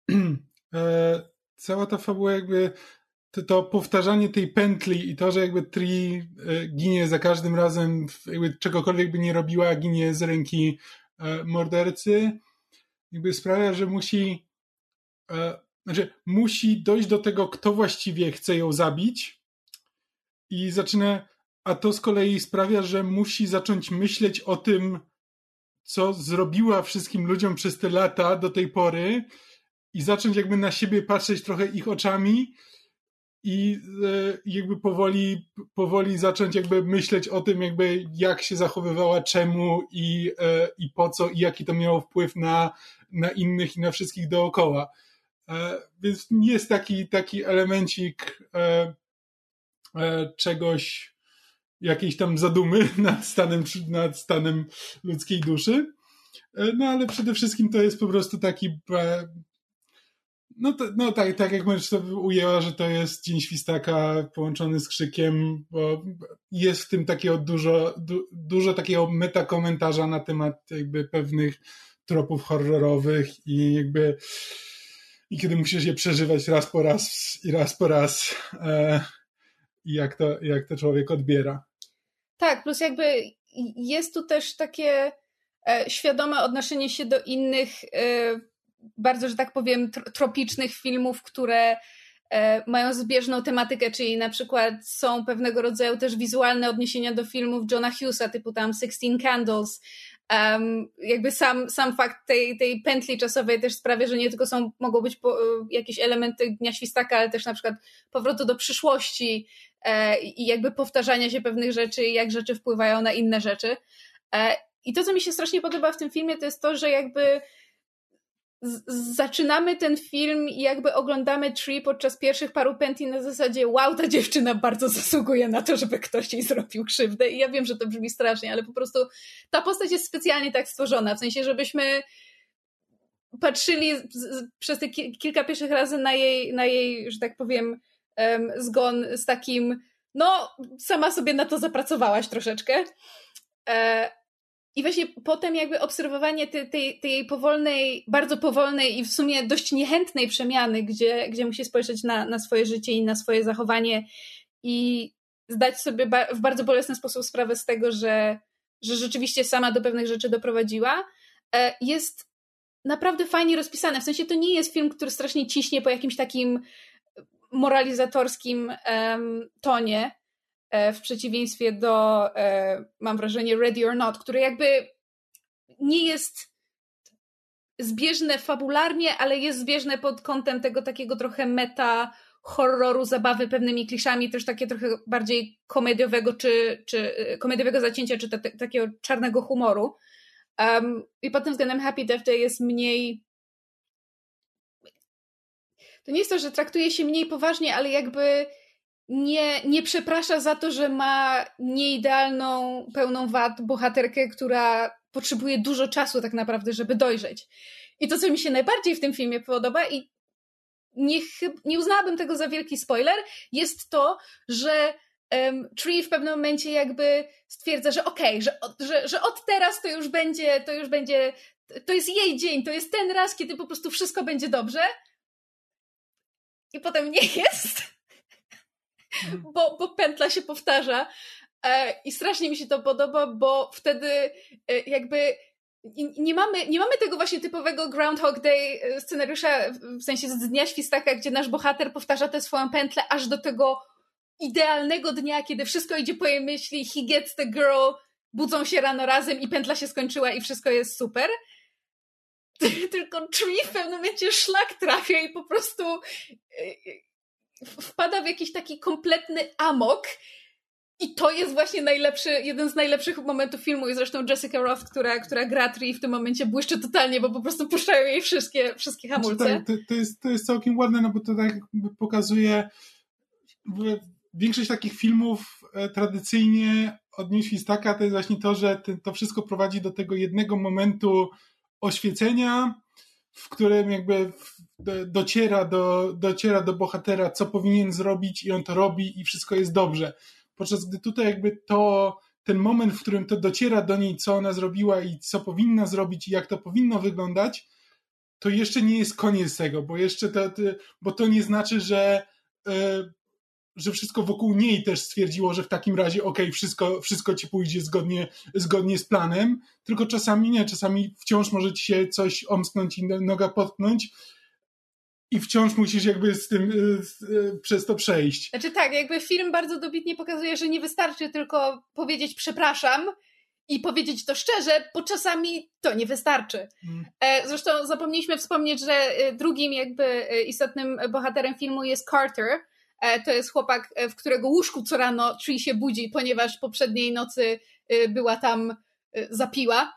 S4: e, cała ta fabuła jakby to, to powtarzanie tej pętli i to, że jakby Tree e, ginie za każdym razem, jakby czegokolwiek by nie robiła, ginie z ręki e, mordercy, jakby sprawia, że musi e, znaczy musi dojść do tego, kto właściwie chce ją zabić i zaczyna, a to z kolei sprawia, że musi zacząć myśleć o tym, co zrobiła wszystkim ludziom przez te lata do tej pory i zacząć jakby na siebie patrzeć trochę ich oczami i e, jakby powoli, powoli zacząć jakby myśleć o tym, jakby jak się zachowywała, czemu i, e, i po co i jaki to miało wpływ na, na innych i na wszystkich dookoła. E, więc jest taki, taki elemencik e, e, czegoś, jakiejś tam zadumy nad stanem, nad stanem ludzkiej duszy. No ale przede wszystkim to jest po prostu taki no, to, no tak, tak jak możesz sobie ujęła, że to jest Dzień Świstaka połączony z krzykiem, bo jest w tym takiego dużo, du, dużo takiego metakomentarza na temat jakby pewnych tropów horrorowych i jakby i kiedy musisz je przeżywać raz po raz i raz po raz e, i jak to, jak to człowiek odbiera.
S3: Tak, plus jakby jest tu też takie e, świadome odnoszenie się do innych e, bardzo, że tak powiem, tr- tropicznych filmów, które e, mają zbieżną tematykę, czyli na przykład są pewnego rodzaju też wizualne odniesienia do filmów Johna Hughesa, typu tam Sixteen Candles. Um, jakby sam, sam fakt tej, tej pętli czasowej też sprawia, że nie tylko są, mogą być po, jakieś elementy Dnia Świstaka, ale też na przykład powrotu do przyszłości e, i jakby powtarzania się pewnych rzeczy i jak rzeczy wpływają na inne rzeczy. E, I to, co mi się strasznie podoba w tym filmie, to jest to, że jakby z- zaczynamy ten film i jakby oglądamy Tree podczas pierwszych paru pętli na zasadzie wow, ta dziewczyna bardzo zasługuje na to, żeby ktoś jej zrobił krzywdę i ja wiem, że to brzmi strasznie, ale po prostu ta postać jest specjalnie tak stworzona, w sensie, żebyśmy patrzyli z, z, przez te ki- kilka pierwszych razy na jej, na jej, że tak powiem, um, zgon z takim no, sama sobie na to zapracowałaś troszeczkę. E- I właśnie potem jakby obserwowanie tej, tej, tej powolnej, bardzo powolnej i w sumie dość niechętnej przemiany, gdzie, gdzie musi spojrzeć na, na swoje życie i na swoje zachowanie i zdać sobie ba- w bardzo bolesny sposób sprawę z tego, że, że rzeczywiście sama do pewnych rzeczy doprowadziła, jest naprawdę fajnie rozpisane. W sensie to nie jest film, który strasznie ciśnie po jakimś takim moralizatorskim um, tonie, w przeciwieństwie do, mam wrażenie, Ready or Not, który jakby nie jest zbieżne fabularnie, ale jest zbieżne pod kątem tego takiego trochę meta horroru, zabawy pewnymi kliszami, też takie trochę bardziej komediowego, czy, czy komediowego zacięcia, czy te, te, takiego czarnego humoru. Um, I pod tym względem Happy Death Day jest mniej... To nie jest to, że traktuje się mniej poważnie, ale jakby nie, nie przeprasza za to, że ma nieidealną, pełną wad bohaterkę, która potrzebuje dużo czasu tak naprawdę, żeby dojrzeć. I to, co mi się najbardziej w tym filmie podoba i nie, nie uznałabym tego za wielki spoiler, jest to, że um, Tree w pewnym momencie jakby stwierdza, że okej, okay, że, że, że od teraz to już będzie, to już będzie, to jest jej dzień, to jest ten raz, kiedy po prostu wszystko będzie dobrze. I potem nie jest, bo, bo pętla się powtarza. I strasznie mi się to podoba, bo wtedy jakby nie mamy, nie mamy tego właśnie typowego Groundhog Day scenariusza, w sensie z Dnia Świstaka, gdzie nasz bohater powtarza tę swoją pętlę aż do tego idealnego dnia, kiedy wszystko idzie po jej myśli, he gets the girl, budzą się rano razem i pętla się skończyła i wszystko jest super. Tylko Tree w pewnym momencie szlak trafia i po prostu wpada w jakiś taki kompletny amok. I to jest właśnie najlepszy, jeden z najlepszych momentów filmu i zresztą Jessica Roth, która, która gra Tree w tym momencie błyszczy totalnie, bo po prostu puszczają jej wszystkie, wszystkie hamulce.
S4: Znaczy, tak, to, to, jest, to jest całkiem ładne, no bo to tak pokazuje większość takich filmów e, tradycyjnie od Dnia Świstaka to jest właśnie to, że te, to wszystko prowadzi do tego jednego momentu oświecenia, w którym jakby dociera do, dociera do bohatera, co powinien zrobić i on to robi i wszystko jest dobrze. Podczas gdy tutaj jakby to, ten moment, w którym to dociera do niej, co ona zrobiła i co powinna zrobić i jak to powinno wyglądać, to jeszcze nie jest koniec tego, bo jeszcze to, bo to nie znaczy, że, że wszystko wokół niej też stwierdziło, że w takim razie okej, okay, wszystko, wszystko ci pójdzie zgodnie, zgodnie z planem, tylko czasami nie, czasami wciąż może ci się coś omsknąć i noga potknąć i wciąż musisz jakby z tym z, przez to przejść.
S3: Znaczy tak, jakby film bardzo dobitnie pokazuje, że nie wystarczy tylko powiedzieć przepraszam i powiedzieć to szczerze, bo czasami to nie wystarczy. Hmm. Zresztą zapomnieliśmy wspomnieć, że drugim jakby istotnym bohaterem filmu jest Carter. To jest chłopak, w którego łóżku co rano Tree się budzi, ponieważ poprzedniej nocy była tam zapiła.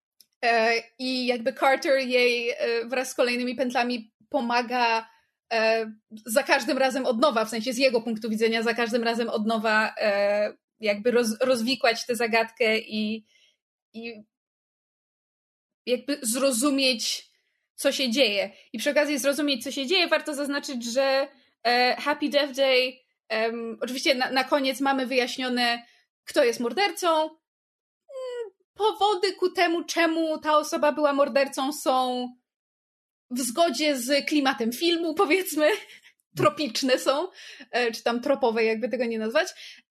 S3: I jakby Carter jej wraz z kolejnymi pętlami pomaga e, za każdym razem od nowa, w sensie z jego punktu widzenia za każdym razem od nowa e, jakby roz, rozwikłać tę zagadkę i, i jakby zrozumieć, co się dzieje. I przy okazji zrozumieć, co się dzieje, warto zaznaczyć, że e, Happy Death Day um, oczywiście na, na koniec mamy wyjaśnione, kto jest mordercą. Powody ku temu, czemu ta osoba była mordercą, są w zgodzie z klimatem filmu, powiedzmy, tropiczne są, czy tam tropowe, jakby tego nie nazwać.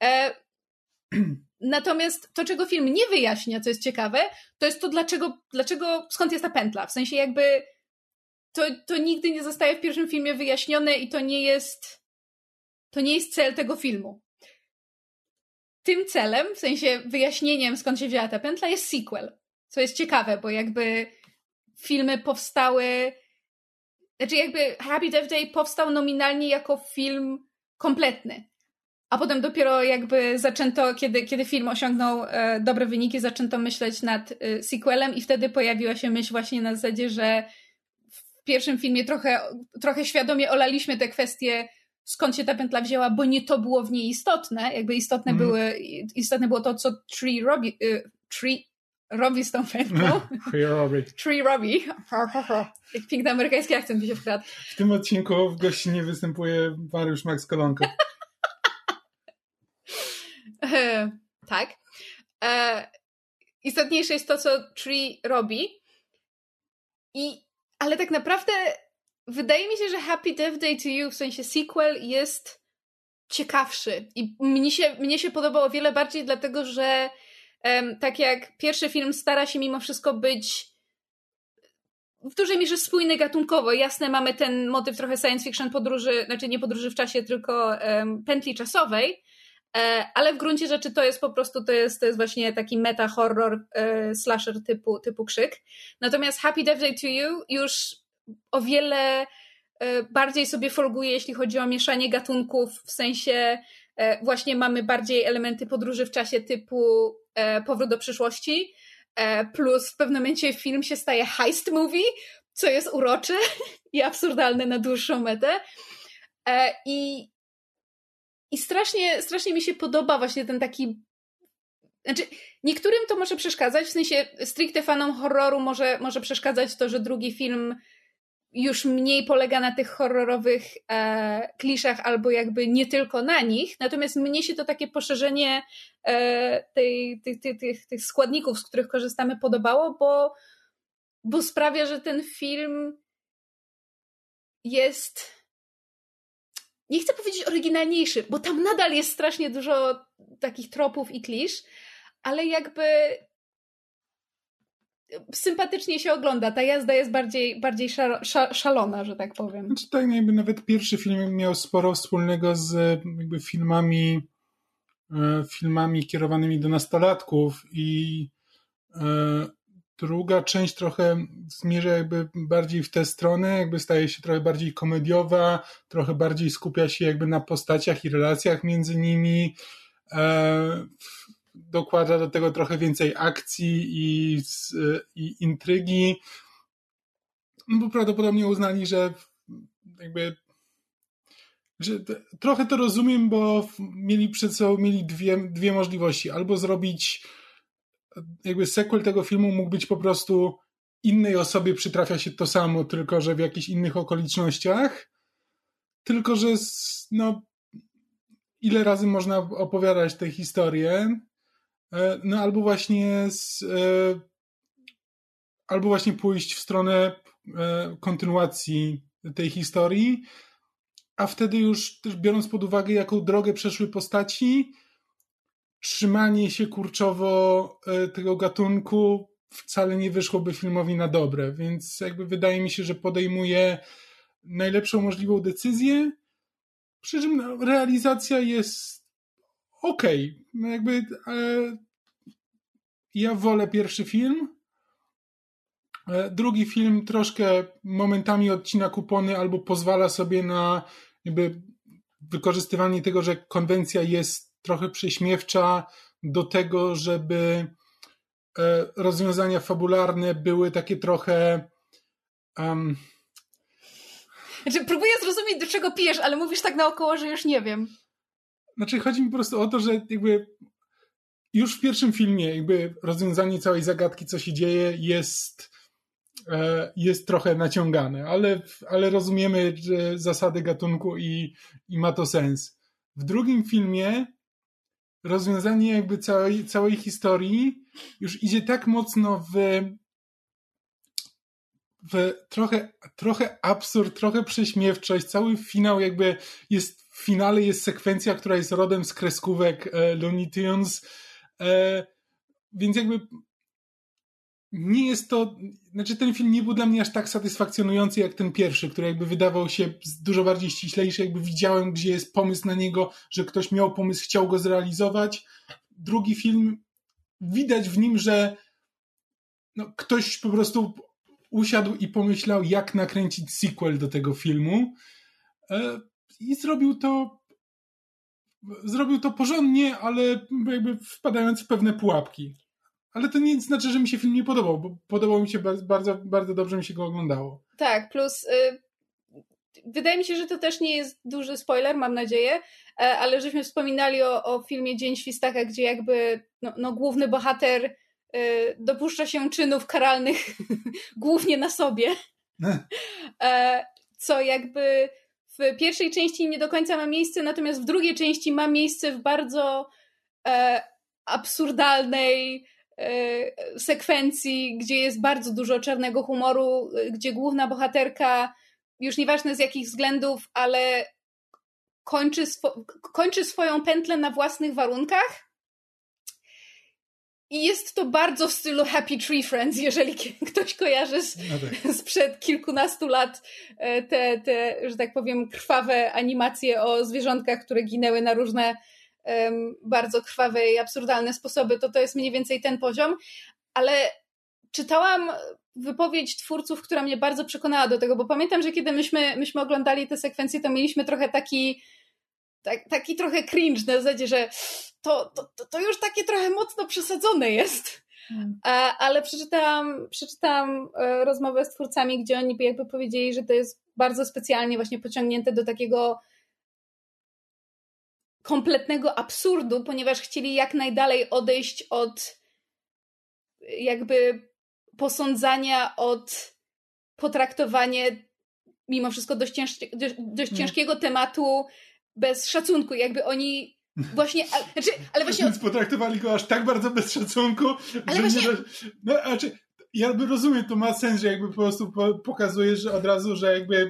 S3: Natomiast to, czego film nie wyjaśnia, co jest ciekawe, to jest to, dlaczego, dlaczego skąd jest ta pętla. W sensie jakby to, to nigdy nie zostaje w pierwszym filmie wyjaśnione i to nie jest to nie jest cel tego filmu. Tym celem, w sensie wyjaśnieniem, skąd się wzięła ta pętla, jest sequel. Co jest ciekawe, bo jakby filmy powstały... Znaczy jakby Happy Death Day powstał nominalnie jako film kompletny. A potem dopiero jakby zaczęto, kiedy, kiedy film osiągnął e, dobre wyniki, zaczęto myśleć nad e, sequelem i wtedy pojawiła się myśl właśnie na zasadzie, że w pierwszym filmie trochę, trochę świadomie olaliśmy te kwestie, skąd się ta pętla wzięła, bo nie to było w niej istotne. Jakby istotne, mm. były, istotne było to, co Tree robi, y, Tree robi z tą pętlą.
S4: Tree robi.
S3: Tree robi. Jak piękny amerykański akcent mi się wkradł. W
S4: tym odcinku w gościnie występuje Mariusz Max Kolonko.
S3: e, tak. E, istotniejsze jest to, co Tree robi. I, ale tak naprawdę wydaje mi się, że Happy Death Day to You, w sensie sequel, jest ciekawszy. I mnie się, mnie się podobał o wiele bardziej, dlatego że um, tak jak pierwszy film stara się mimo wszystko być w dużej mierze spójny gatunkowo. Jasne, mamy ten motyw trochę science fiction podróży, znaczy nie podróży w czasie, tylko um, pętli czasowej, e, ale w gruncie rzeczy to jest po prostu, to jest, to jest właśnie taki meta-horror e, slasher typu, typu Krzyk. Natomiast Happy Death Day to You już o wiele bardziej sobie folguje, jeśli chodzi o mieszanie gatunków, w sensie właśnie mamy bardziej elementy podróży w czasie typu Powrót do przyszłości, plus w pewnym momencie film się staje heist movie, co jest urocze i absurdalne na dłuższą metę. I, i strasznie, strasznie mi się podoba właśnie ten taki... Znaczy, niektórym to może przeszkadzać, w sensie stricte fanom horroru może, może przeszkadzać to, że drugi film już mniej polega na tych horrorowych e, kliszach albo jakby nie tylko na nich, natomiast mnie się to takie poszerzenie e, tej, tych, tych, tych, tych składników, z których korzystamy, podobało, bo, bo sprawia, że ten film jest, nie chcę powiedzieć oryginalniejszy, bo tam nadal jest strasznie dużo takich tropów i klisz, ale jakby sympatycznie się ogląda. Ta jazda jest bardziej, bardziej szaro, szalona, że tak powiem.
S4: Znaczy, tak, jakby nawet pierwszy film miał sporo wspólnego z jakby filmami filmami kierowanymi do nastolatków i druga część trochę zmierza jakby bardziej w tę stronę, jakby staje się trochę bardziej komediowa, trochę bardziej skupia się jakby na postaciach i relacjach między nimi, dokłada do tego trochę więcej akcji i, i intrygi, no bo prawdopodobnie uznali, że jakby że trochę to rozumiem, bo mieli przed sobą mieli dwie, dwie możliwości. Albo zrobić jakby sequel tego filmu mógł być po prostu innej osobie przytrafia się to samo, tylko że w jakichś innych okolicznościach. Tylko że no ile razy można opowiadać tę historię? No albo właśnie z, albo właśnie pójść w stronę kontynuacji tej historii, a wtedy już też biorąc pod uwagę, jaką drogę przeszły postaci, trzymanie się kurczowo tego gatunku wcale nie wyszłoby filmowi na dobre, więc jakby wydaje mi się, że podejmuje najlepszą możliwą decyzję, przy czym realizacja jest okej. Okay. Jakby e, ja wolę pierwszy film. E, drugi film troszkę momentami odcina kupony albo pozwala sobie na jakby wykorzystywanie tego, że konwencja jest trochę prześmiewcza do tego, żeby e, rozwiązania fabularne były takie trochę um,
S3: Znaczy, próbuję zrozumieć, do czego pijesz, ale mówisz tak naokoło, że już nie wiem.
S4: Znaczy, chodzi mi po prostu o to, że jakby już w pierwszym filmie jakby rozwiązanie całej zagadki, co się dzieje, jest, e, jest trochę naciągane, ale, ale rozumiemy że zasady gatunku i, i ma to sens. W drugim filmie rozwiązanie jakby całej, całej historii już idzie tak mocno w w trochę, trochę absurd, trochę prześmiewczość. Cały finał jakby jest, w finale jest sekwencja, która jest rodem z kreskówek e, Looney Tunes. E, więc jakby nie jest to, znaczy ten film nie był dla mnie aż tak satysfakcjonujący jak ten pierwszy, który jakby wydawał się dużo bardziej ściślejszy, jakby widziałem, gdzie jest pomysł na niego, że ktoś miał pomysł, chciał go zrealizować. Drugi film, widać w nim, że no, ktoś po prostu usiadł i pomyślał, jak nakręcić sequel do tego filmu i zrobił to zrobił to porządnie, ale jakby wpadając w pewne pułapki. Ale to nie znaczy, że mi się film nie podobał, bo podobał mi się bardzo, bardzo dobrze mi się go oglądało.
S3: Tak, plus y, wydaje mi się, że to też nie jest duży spoiler, mam nadzieję, ale żeśmy wspominali o, o filmie Dzień Świstaka, gdzie jakby no, no, główny bohater dopuszcza się czynów karalnych głównie na sobie, co jakby w pierwszej części nie do końca ma miejsce, natomiast w drugiej części ma miejsce w bardzo e, absurdalnej e, sekwencji, gdzie jest bardzo dużo czarnego humoru, gdzie główna bohaterka, już nieważne z jakich względów, ale kończy, swo- kończy swoją pętlę na własnych warunkach. I jest to bardzo w stylu Happy Tree Friends, jeżeli ktoś kojarzy z, no tak. sprzed kilkunastu lat te, te, że tak powiem, krwawe animacje o zwierzątkach, które ginęły na różne um, bardzo krwawe i absurdalne sposoby, to to jest mniej więcej ten poziom. Ale czytałam wypowiedź twórców, która mnie bardzo przekonała do tego, bo pamiętam, że kiedy myśmy, myśmy oglądali te sekwencje, to mieliśmy trochę taki tak, taki trochę cringe na zasadzie, że to, to, to już takie trochę mocno przesadzone jest. Hmm. A, ale przeczytałam, przeczytałam e, rozmowę z twórcami, gdzie oni jakby powiedzieli, że to jest bardzo specjalnie właśnie pociągnięte do takiego kompletnego absurdu, ponieważ chcieli jak najdalej odejść od jakby posądzania, od potraktowania mimo wszystko dość, cięż, dość, dość hmm. ciężkiego tematu bez szacunku. Jakby oni właśnie, ale, znaczy, ale właśnie...
S4: Więc potraktowali go aż tak bardzo bez szacunku,
S3: ale
S4: że
S3: właśnie...
S4: nie... No, znaczy, ja by rozumiem, to ma sens, że jakby po prostu pokazuje, że od razu, że jakby...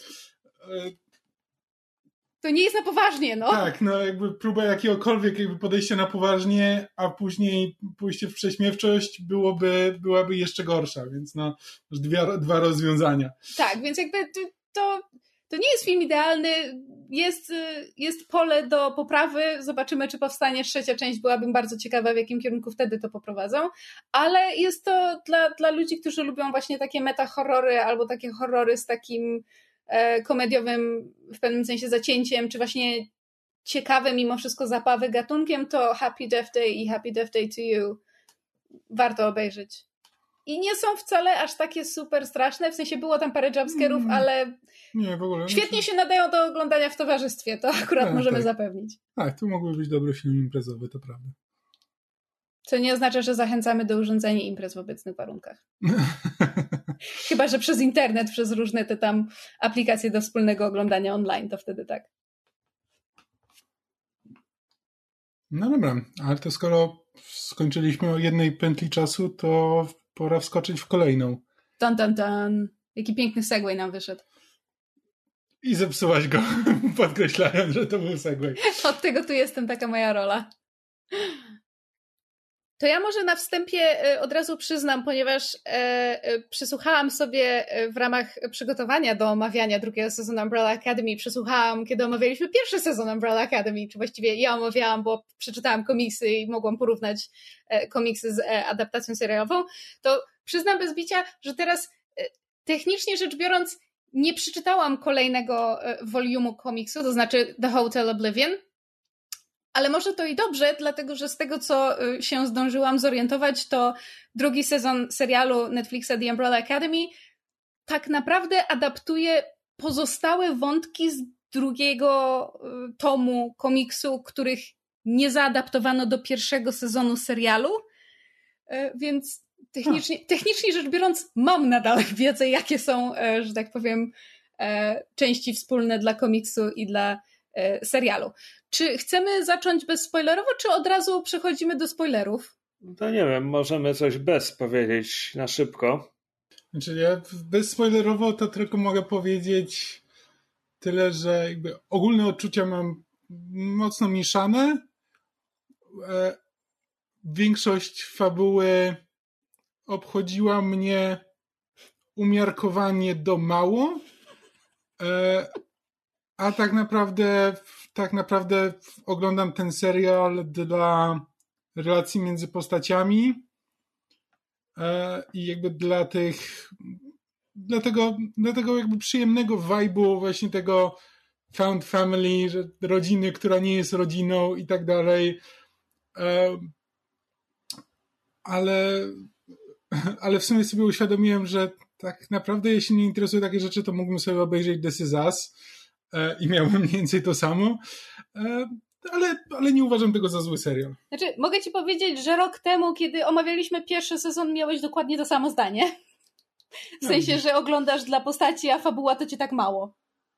S3: To nie jest na poważnie, no.
S4: Tak, no jakby próba jakiegokolwiek jakby podejścia na poważnie, a później pójście w prześmiewczość byłoby, byłaby jeszcze gorsza, więc no, dwie, dwa rozwiązania.
S3: Tak, więc jakby to, to nie jest film idealny, jest, jest pole do poprawy, zobaczymy, czy powstanie trzecia część, byłabym bardzo ciekawa, w jakim kierunku wtedy to poprowadzą, ale jest to dla, dla ludzi, którzy lubią właśnie takie meta-horrory albo takie horrory z takim komediowym w pewnym sensie zacięciem, czy właśnie ciekawym mimo wszystko zabawy gatunkiem, to Happy Death Day i Happy Death Day to You warto obejrzeć. I nie są wcale aż takie super straszne, w sensie było tam parę jumpscarów, mm. ale
S4: nie, w ogóle
S3: świetnie się nadają do oglądania w towarzystwie, to akurat no, możemy
S4: tak.
S3: zapewnić.
S4: Tak, to mógłby być dobry film imprezowy, to prawda.
S3: Co nie oznacza, że zachęcamy do urządzenia imprez w obecnych warunkach. Chyba że przez internet, przez różne te tam aplikacje do wspólnego oglądania online, to wtedy tak.
S4: No dobra, ale to skoro skończyliśmy o jednej pętli czasu, to pora wskoczyć w kolejną.
S3: Tan, tan, tan. Jaki piękny segway nam wyszedł.
S4: I zepsułaś go, podkreślając, że to był segway.
S3: Od tego tu jestem, taka moja rola. To ja może na wstępie od razu przyznam, ponieważ e, przesłuchałam sobie w ramach przygotowania do omawiania drugiego sezonu Umbrella Academy, przesłuchałam, kiedy omawialiśmy pierwszy sezon Umbrella Academy, czy właściwie ja omawiałam, bo przeczytałam komiksy i mogłam porównać e, komiksy z e, adaptacją serialową, to przyznam bez bicia, że teraz e, technicznie rzecz biorąc nie przeczytałam kolejnego e, wolumu komiksu, to znaczy The Hotel Oblivion, ale może to i dobrze, dlatego że z tego, co się zdążyłam zorientować, to drugi sezon serialu Netflixa The Umbrella Academy tak naprawdę adaptuje pozostałe wątki z drugiego tomu komiksu, których nie zaadaptowano do pierwszego sezonu serialu, więc technicznie, technicznie rzecz biorąc mam nadal wiedzę, jakie są, że tak powiem, części wspólne dla komiksu i dla serialu. Czy chcemy zacząć bezspoilerowo, czy od razu przechodzimy do spoilerów?
S2: To nie wiem, możemy coś bez powiedzieć na szybko.
S4: Znaczy ja bezspoilerowo to tylko mogę powiedzieć tyle, że jakby ogólne odczucia mam mocno mieszane. Większość fabuły obchodziła mnie umiarkowanie do mało, a tak naprawdę tak naprawdę oglądam ten serial dla relacji między postaciami i jakby dla tych dla tego, dla tego jakby przyjemnego vibe'u właśnie tego found family, że rodziny, która nie jest rodziną i tak dalej. Ale ale w sumie sobie uświadomiłem, że tak naprawdę jeśli mnie interesują takie rzeczy, to mógłbym sobie obejrzeć This Is Us i miałbym mniej więcej to samo, ale, ale nie uważam tego za zły serial.
S3: Znaczy, mogę ci powiedzieć, że rok temu, kiedy omawialiśmy pierwszy sezon, miałeś dokładnie to samo zdanie. W sensie, no, że oglądasz dla postaci, a fabuła to ci tak mało.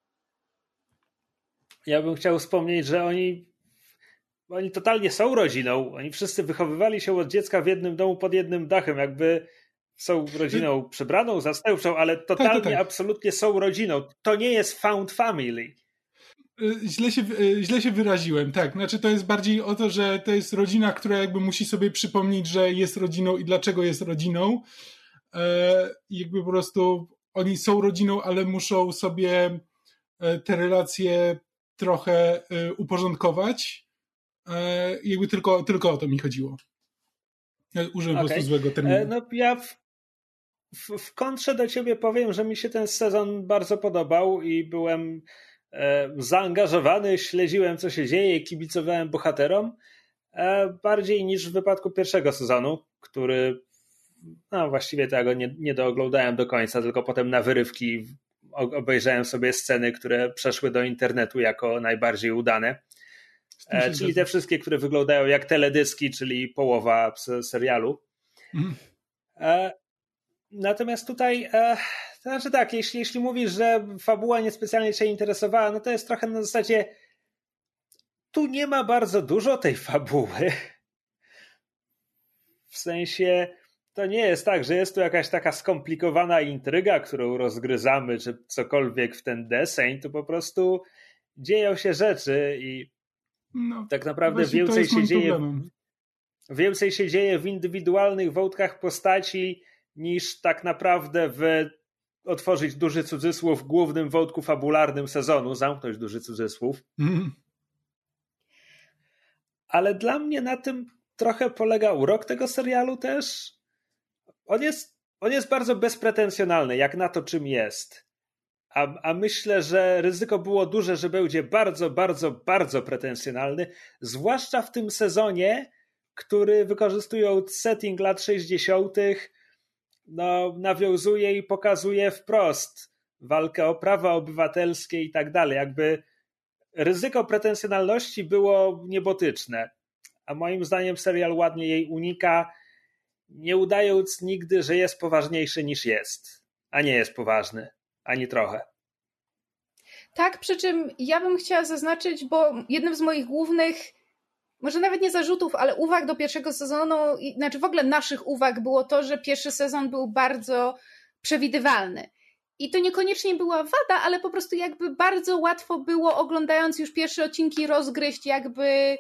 S2: Ja bym chciał wspomnieć, że oni oni totalnie są rodziną. Oni wszyscy wychowywali się od dziecka w jednym domu pod jednym dachem, jakby są rodziną przebraną, zastępczą, ale totalnie, tak, tak, tak. absolutnie są rodziną. To nie jest found family.
S4: Źle się, źle się wyraziłem, tak. Znaczy to jest bardziej o to, że to jest rodzina, która jakby musi sobie przypomnieć, że jest rodziną i dlaczego jest rodziną. I jakby po prostu oni są rodziną, ale muszą sobie te relacje trochę uporządkować. I jakby tylko, tylko o to mi chodziło. Ja użyłem okay. po prostu złego terminu.
S2: No ja, w, w, w kontrze do ciebie powiem, że mi się ten sezon bardzo podobał i byłem e, zaangażowany, śledziłem co się dzieje, kibicowałem bohaterom e, bardziej niż w wypadku pierwszego sezonu, który no właściwie tego nie, nie dooglądałem do końca, tylko potem na wyrywki obejrzałem sobie sceny, które przeszły do internetu jako najbardziej udane. E, czyli te wszystkie, które wyglądają jak teledyski, czyli połowa serialu. Mhm. E, natomiast tutaj, e, to znaczy tak, jeśli, jeśli mówisz, że fabuła niespecjalnie cię interesowała, no to jest trochę na zasadzie tu nie ma bardzo dużo tej fabuły. W sensie to nie jest tak, że jest tu jakaś taka skomplikowana intryga, którą rozgryzamy, czy cokolwiek w ten deseń, to po prostu dzieją się rzeczy i no, tak naprawdę więcej się dzieje więcej się dzieje w indywidualnych wątkach postaci niż tak naprawdę w otworzyć duży cudzysłów głównym wątku fabularnym sezonu, zamknąć duży cudzysłów. Mm. Ale dla mnie na tym trochę polega urok tego serialu też. On jest, on jest bardzo bezpretensjonalny, jak na to, czym jest. A, a myślę, że ryzyko było duże, że będzie bardzo, bardzo, bardzo pretensjonalny, zwłaszcza w tym sezonie, który wykorzystując setting lat sześćdziesiątych, no, nawiązuje i pokazuje wprost walkę o prawa obywatelskie i tak dalej. Jakby ryzyko pretensjonalności było niebotyczne, a moim zdaniem serial ładnie jej unika, nie udając nigdy, że jest poważniejszy niż jest, a nie jest poważny. Ani trochę.
S3: Tak, przy czym ja bym chciała zaznaczyć, bo jednym z moich głównych, może nawet nie zarzutów, ale uwag do pierwszego sezonu, znaczy w ogóle naszych uwag było to, że pierwszy sezon był bardzo przewidywalny. I to niekoniecznie była wada, ale po prostu jakby bardzo łatwo było, oglądając już pierwsze odcinki, rozgryźć jakby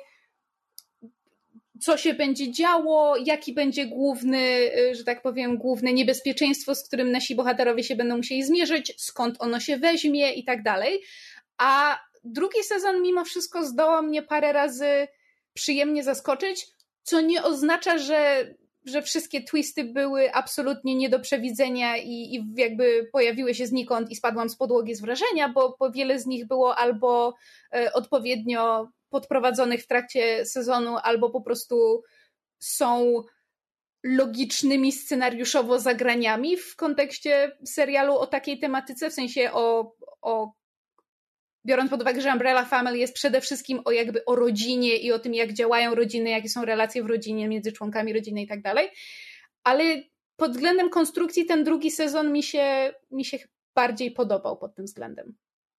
S3: co się będzie działo, jaki będzie główny, że tak powiem, główne niebezpieczeństwo, z którym nasi bohaterowie się będą musieli zmierzyć, skąd ono się weźmie i tak dalej. A drugi sezon mimo wszystko zdołał mnie parę razy przyjemnie zaskoczyć, co nie oznacza, że, że wszystkie twisty były absolutnie nie do przewidzenia i, i jakby pojawiły się znikąd i spadłam z podłogi z wrażenia, bo, bo wiele z nich było albo e, odpowiednio podprowadzonych w trakcie sezonu, albo po prostu są logicznymi scenariuszowo zagraniami w kontekście serialu o takiej tematyce, w sensie o, o biorąc pod uwagę, że Umbrella Family jest przede wszystkim o jakby o rodzinie i o tym, jak działają rodziny, jakie są relacje w rodzinie między członkami rodziny i tak dalej, ale pod względem konstrukcji ten drugi sezon mi się, mi się bardziej podobał pod tym względem.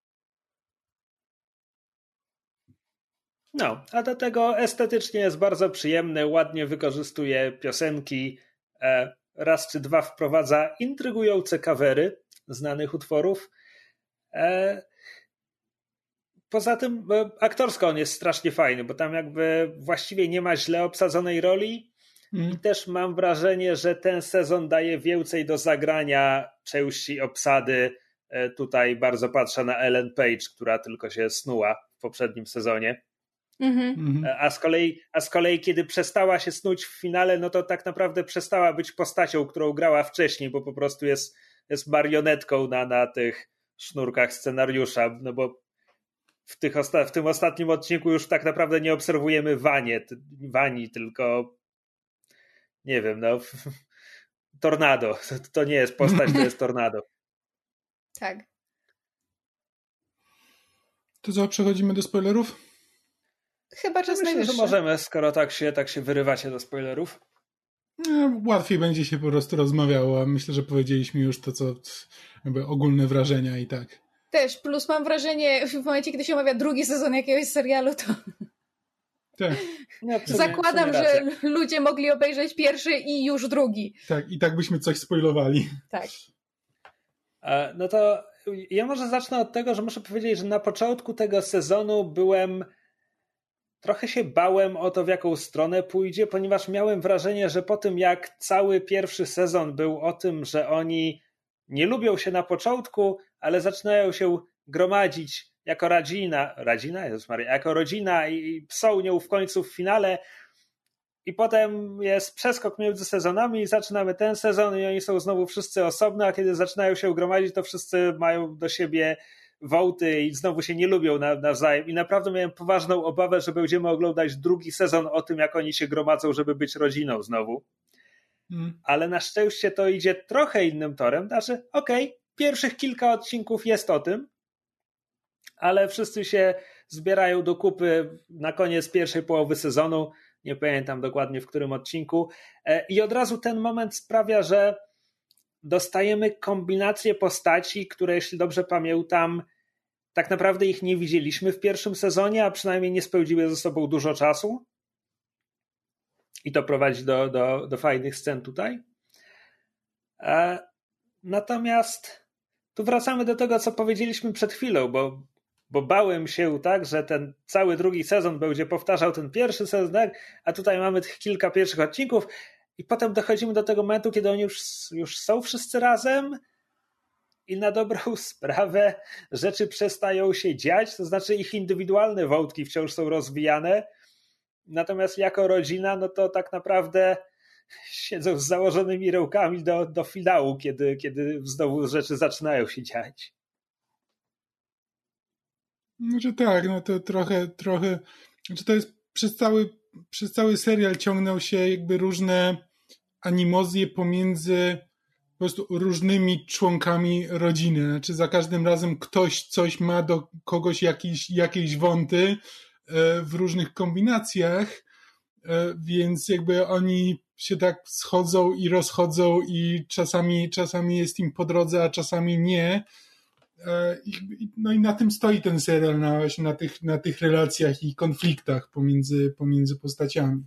S2: No, a do tego estetycznie jest bardzo przyjemny, ładnie wykorzystuje piosenki, e, raz czy dwa wprowadza intrygujące covery znanych utworów. E, poza tym e, aktorsko on jest strasznie fajny, bo tam jakby właściwie nie ma źle obsadzonej roli mm. i też mam wrażenie, że ten sezon daje więcej do zagrania części obsady. E, tutaj bardzo patrzę na Ellen Page, która tylko się snuła w poprzednim sezonie. Mm-hmm. A, z kolei, a z kolei kiedy przestała się snuć w finale, no to tak naprawdę przestała być postacią, którą grała wcześniej, bo po prostu jest, jest marionetką na, na tych sznurkach scenariusza, no bo w, tych osta- w tym ostatnim odcinku już tak naprawdę nie obserwujemy Wanie, t- Wani, tylko nie wiem, no tornado. To, to nie jest postać, to jest tornado.
S3: Tak.
S4: To co, przechodzimy do spoilerów?
S3: Chyba czas
S2: Myślę,
S3: najwyższy.
S2: że możemy, skoro tak się, tak się wyrywacie do spoilerów.
S4: No, łatwiej będzie się po prostu rozmawiało, a myślę, że powiedzieliśmy już to, co jakby ogólne wrażenia i tak.
S3: Też, plus mam wrażenie, w momencie, kiedy się omawia drugi sezon jakiegoś serialu, to
S4: tak.
S3: No, sumie, zakładam, że ludzie mogli obejrzeć pierwszy i już drugi.
S4: Tak, i tak byśmy coś spoilowali.
S3: Tak.
S2: No to ja może zacznę od tego, że muszę powiedzieć, że na początku tego sezonu byłem trochę się bałem o to, w jaką stronę pójdzie, ponieważ miałem wrażenie, że po tym jak cały pierwszy sezon był o tym, że oni nie lubią się na początku, ale zaczynają się gromadzić jako rodzina, rodzina, Jezus Maria, jako rodzina i są nią w końcu w finale, I potem jest przeskok między sezonami i zaczynamy ten sezon i oni są znowu wszyscy osobno, a kiedy zaczynają się gromadzić, to wszyscy mają do siebie wołty i znowu się nie lubią nawzajem. I naprawdę miałem poważną obawę, że będziemy oglądać drugi sezon o tym, jak oni się gromadzą, żeby być rodziną znowu. Hmm. Ale na szczęście to idzie trochę innym torem. Znaczy, okej, okay, pierwszych kilka odcinków jest o tym, ale wszyscy się zbierają do kupy na koniec pierwszej połowy sezonu. Nie pamiętam dokładnie w którym odcinku. I od razu ten moment sprawia, że dostajemy kombinację postaci, które, jeśli dobrze pamiętam, tak naprawdę ich nie widzieliśmy w pierwszym sezonie, a przynajmniej nie spędziły ze sobą dużo czasu. I to prowadzi do, do, do fajnych scen tutaj. Natomiast tu wracamy do tego, co powiedzieliśmy przed chwilą, bo bo bałem się tak, że ten cały drugi sezon będzie powtarzał ten pierwszy sezon, tak? A tutaj mamy tych kilka pierwszych odcinków i potem dochodzimy do tego momentu, kiedy oni już, już są wszyscy razem i na dobrą sprawę rzeczy przestają się dziać, to znaczy ich indywidualne wątki wciąż są rozwijane, natomiast jako rodzina, no to tak naprawdę siedzą z założonymi rękami do, do finału, kiedy, kiedy znowu rzeczy zaczynają się dziać.
S4: Może tak, no to trochę, trochę, znaczy to jest przez cały, przez cały serial ciągną się jakby różne animozje pomiędzy po prostu różnymi członkami rodziny. Znaczy za każdym razem ktoś coś ma do kogoś jakieś, jakieś wąty w różnych kombinacjach, więc jakby oni się tak schodzą i rozchodzą i czasami, czasami jest im po drodze, a czasami nie. No i na tym stoi ten serial, na, właśnie na tych, na tych relacjach i konfliktach pomiędzy, pomiędzy postaciami.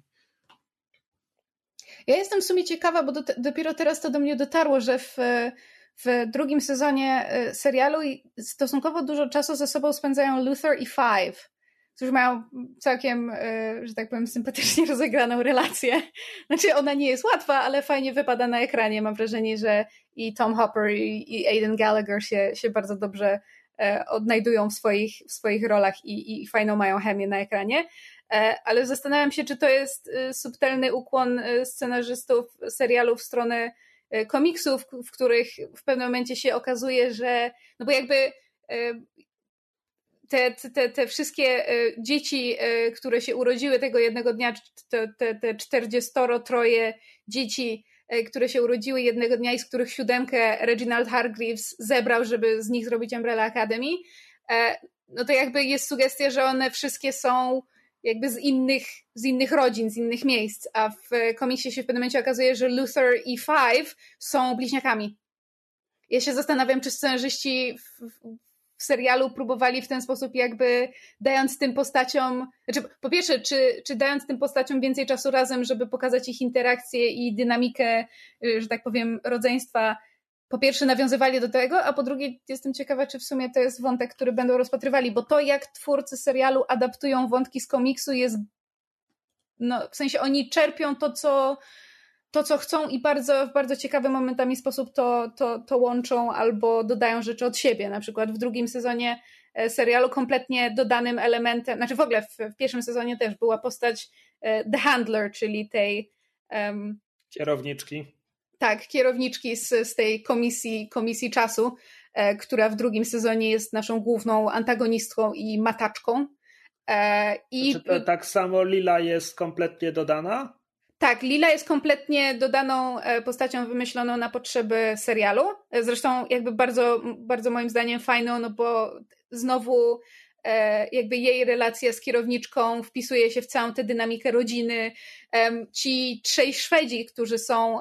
S3: Ja jestem w sumie ciekawa, bo do, dopiero teraz to do mnie dotarło, że w, w drugim sezonie serialu stosunkowo dużo czasu ze sobą spędzają Luther i Five, którzy mają całkiem, że tak powiem, sympatycznie rozegraną relację. Znaczy ona nie jest łatwa, ale fajnie wypada na ekranie. Mam wrażenie, że i Tom Hopper i, i Aidan Gallagher się, się bardzo dobrze e, odnajdują w swoich, w swoich rolach i, i fajną mają chemię na ekranie. E, ale zastanawiam się, czy to jest e, subtelny ukłon e, scenarzystów serialu w stronę e, komiksów, w których w pewnym momencie się okazuje, że no bo jakby e, Te, te, te wszystkie dzieci, które się urodziły tego jednego dnia, te, te, te czterdziestoro troje dzieci, które się urodziły jednego dnia i z których siódemkę Reginald Hargreaves zebrał, żeby z nich zrobić Umbrella Academy, no to jakby jest sugestia, że one wszystkie są jakby z innych, z innych rodzin, z innych miejsc, a w komiksie się w pewnym momencie okazuje, że Luther i Five są bliźniakami. Ja się zastanawiam, czy scenarzyści w, w serialu próbowali w ten sposób jakby dając tym postaciom, znaczy po pierwsze, czy, czy dając tym postaciom więcej czasu razem, żeby pokazać ich interakcję i dynamikę, że tak powiem, rodzeństwa, po pierwsze nawiązywali do tego, a po drugie jestem ciekawa, czy w sumie to jest wątek, który będą rozpatrywali, bo to jak twórcy serialu adaptują wątki z komiksu jest, no w sensie oni czerpią to, co to, co chcą i bardzo, w bardzo ciekawy momentami sposób to, to, to łączą albo dodają rzeczy od siebie. Na przykład w drugim sezonie serialu kompletnie dodanym elementem, znaczy w ogóle w, w pierwszym sezonie też była postać The Handler, czyli tej um,
S2: kierowniczki.
S3: Tak, kierowniczki z, z tej komisji, komisji czasu, e, która w drugim sezonie jest naszą główną antagonistką i mataczką. E, i,
S2: Czy to tak samo Lila jest kompletnie dodana?
S3: Tak, Lila jest kompletnie dodaną postacią wymyśloną na potrzeby serialu. Zresztą jakby bardzo, bardzo moim zdaniem fajną, no bo znowu jakby jej relacja z kierowniczką wpisuje się w całą tę dynamikę rodziny. Ci trzej Szwedzi, którzy są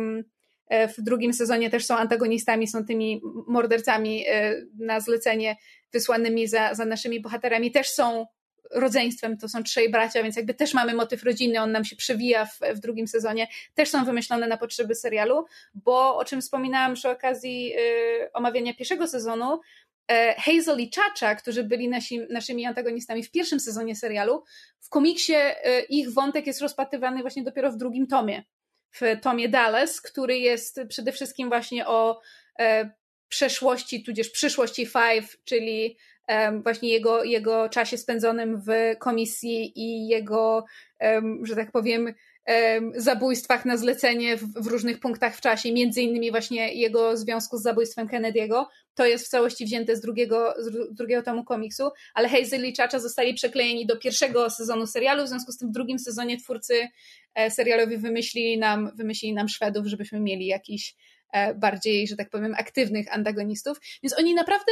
S3: w drugim sezonie też są antagonistami, są tymi mordercami na zlecenie wysłanymi za, za naszymi bohaterami, też są rodzeństwem, to są trzej bracia, więc jakby też mamy motyw rodziny, on nam się przewija w, w drugim sezonie, też są wymyślone na potrzeby serialu, bo o czym wspominałam przy okazji y, omawiania pierwszego sezonu, y, Hazel i Chacha, którzy byli nasi, naszymi antagonistami w pierwszym sezonie serialu, w komiksie y, ich wątek jest rozpatrywany właśnie dopiero w drugim tomie, w tomie Dallas, który jest przede wszystkim właśnie o y, przeszłości, tudzież przyszłości Five, czyli właśnie jego, jego czasie spędzonym w komisji i jego, że tak powiem, um, zabójstwach na zlecenie w, w różnych punktach w czasie, między innymi właśnie jego związku z zabójstwem Kennedy'ego. To jest w całości wzięte z drugiego, z drugiego tomu komiksu, ale Hazel i Chacha zostali przeklejeni do pierwszego sezonu serialu, w związku z tym w drugim sezonie twórcy e, serialowi wymyślili nam, wymyślili nam Szwedów, żebyśmy mieli jakiś e, bardziej, że tak powiem, aktywnych antagonistów. Więc oni naprawdę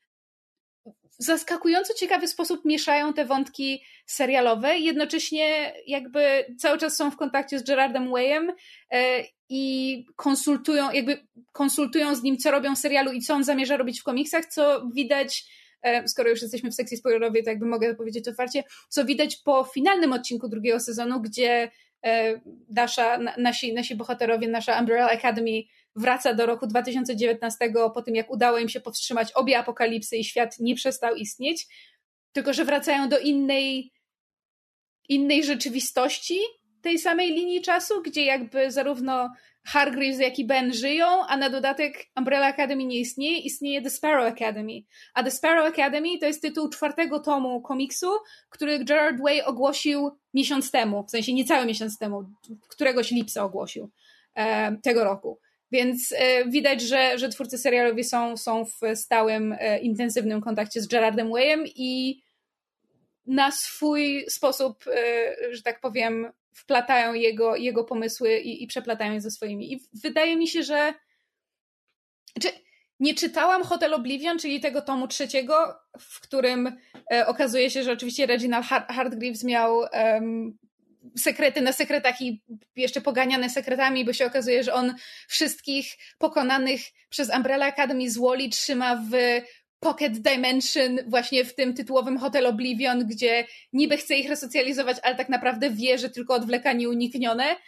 S3: w zaskakująco ciekawy sposób mieszają te wątki serialowe i jednocześnie jakby cały czas są w kontakcie z Gerardem Wayem e, i konsultują, jakby konsultują z nim, co robią w serialu i co on zamierza robić w komiksach, co widać, e, skoro już jesteśmy w sekcji spoilerowej, to jakby mogę powiedzieć otwarcie, co widać po finalnym odcinku drugiego sezonu, gdzie e, nasza, nasi, nasi bohaterowie, nasza Umbrella Academy wraca do roku dwa tysiące dziewiętnastego po tym, jak udało im się powstrzymać obie apokalipsy i świat nie przestał istnieć, tylko że wracają do innej, innej rzeczywistości tej samej linii czasu, gdzie jakby zarówno Hargreaves, jak i Ben żyją, a na dodatek Umbrella Academy nie istnieje, istnieje The Sparrow Academy. A The Sparrow Academy to jest tytuł czwartego tomu komiksu, który Gerard Way ogłosił miesiąc temu, w sensie niecały miesiąc temu, któregoś lipca ogłosił e, tego roku. Więc e, widać, że, że twórcy serialowi są, są w stałym, e, intensywnym kontakcie z Gerardem Wayem i na swój sposób, e, że tak powiem, wplatają jego, jego pomysły i, i przeplatają je ze swoimi. I wydaje mi się, że znaczy, nie czytałam Hotel Oblivion, czyli tego tomu trzeciego, w którym e, okazuje się, że oczywiście Reginald Hargreaves miał um, sekrety na sekretach i jeszcze poganiane sekretami, bo się okazuje, że on wszystkich pokonanych przez Umbrella Academy z Wall-E trzyma w Pocket Dimension, właśnie w tym tytułowym Hotel Oblivion, gdzie niby chce ich resocjalizować, ale tak naprawdę wie, że tylko odwlekanie uniknione.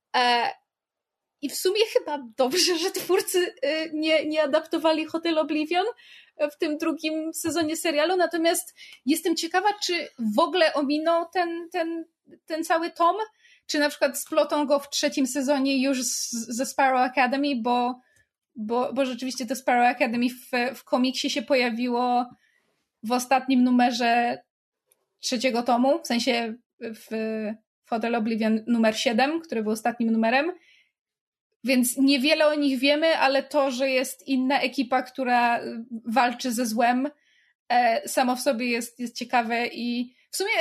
S3: I w sumie chyba dobrze, że twórcy nie, nie adaptowali Hotel Oblivion w tym drugim sezonie serialu, natomiast jestem ciekawa, czy w ogóle ominął ten, ten, ten cały tom, czy na przykład splotą go w trzecim sezonie już z, ze Sparrow Academy, bo Bo, bo rzeczywiście to Sparrow Academy w, w komiksie się pojawiło w ostatnim numerze trzeciego tomu, w sensie w, w Hotel Oblivion numer siedem, który był ostatnim numerem. Więc niewiele o nich wiemy, ale to, że jest inna ekipa, która walczy ze złem, e, samo w sobie jest, jest ciekawe i w sumie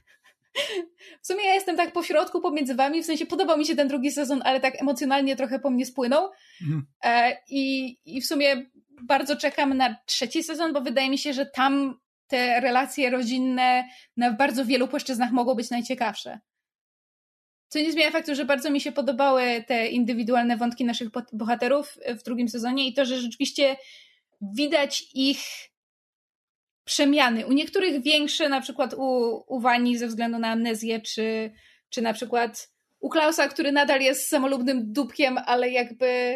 S3: w sumie ja jestem tak po środku pomiędzy wami, w sensie podobał mi się ten drugi sezon, ale tak emocjonalnie trochę po mnie spłynął. Mhm. E, i, I w sumie bardzo czekam na trzeci sezon, bo wydaje mi się, że tam te relacje rodzinne na bardzo wielu płaszczyznach mogą być najciekawsze. Co nie zmienia faktu, że bardzo mi się podobały te indywidualne wątki naszych bohaterów w drugim sezonie i to, że rzeczywiście widać ich przemiany. U niektórych większe, na przykład u, u Wani ze względu na amnezję, czy, czy na przykład u Klausa, który nadal jest samolubnym dupkiem, ale jakby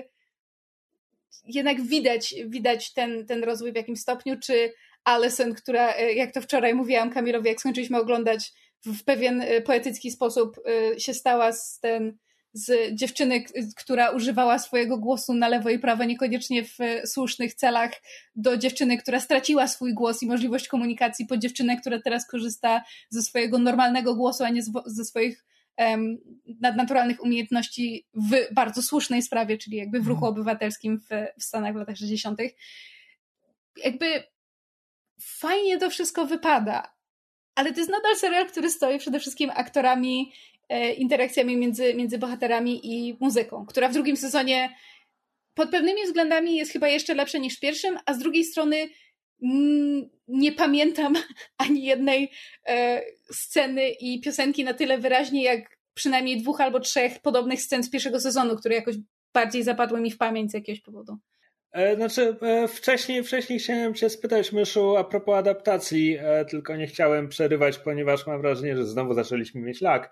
S3: jednak widać, widać ten, ten rozwój w jakimś stopniu, czy Alison, która, jak to wczoraj mówiłam Kamilowi, jak skończyliśmy oglądać, w pewien poetycki sposób się stała z, ten, z dziewczyny, która używała swojego głosu na lewo i prawo, niekoniecznie w słusznych celach, do dziewczyny, która straciła swój głos i możliwość komunikacji, po dziewczynę, która teraz korzysta ze swojego normalnego głosu, a nie z, ze swoich um, nadnaturalnych umiejętności w bardzo słusznej sprawie, czyli jakby w ruchu obywatelskim w, w Stanach w latach sześćdziesiątych. Jakby fajnie to wszystko wypada, ale to jest nadal serial, który stoi przede wszystkim aktorami, e, interakcjami między, między bohaterami i muzyką, która w drugim sezonie pod pewnymi względami jest chyba jeszcze lepsza niż w pierwszym, a z drugiej strony mm, nie pamiętam ani jednej e, sceny i piosenki na tyle wyraźnie, jak przynajmniej dwóch albo trzech podobnych scen z pierwszego sezonu, które jakoś bardziej zapadły mi w pamięć z jakiegoś powodu.
S2: Znaczy, wcześniej, wcześniej chciałem cię spytać, Myszu, a propos adaptacji, tylko nie chciałem przerywać, ponieważ mam wrażenie, że znowu zaczęliśmy mieć lag.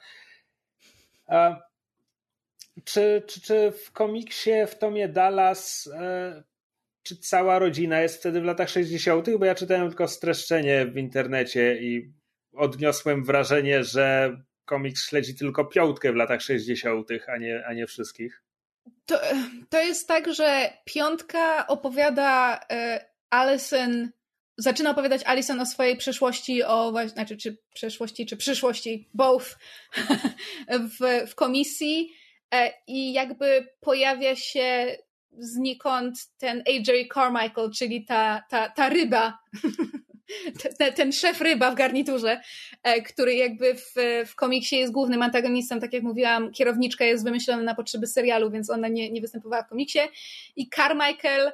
S2: Czy, czy, czy w komiksie, w tomie Dallas, czy cała rodzina jest wtedy w latach sześćdziesiątych? Bo ja czytałem tylko streszczenie w internecie i odniosłem wrażenie, że komiks śledzi tylko piątkę w latach sześćdziesiątych, a nie, a nie wszystkich.
S3: To, to jest tak, że piątka opowiada e, Alison zaczyna opowiadać Alicent o swojej przeszłości, o właśnie, znaczy czy przeszłości, czy przyszłości, both, w, w komisji i jakby pojawia się znikąd ten A J Carmichael, czyli ta, ta, ta ryba, ten, ten szef ryba w garniturze, który jakby w, w komiksie jest głównym antagonistą, tak jak mówiłam, kierowniczka jest wymyślona na potrzeby serialu, więc ona nie, nie występowała w komiksie i Carmichael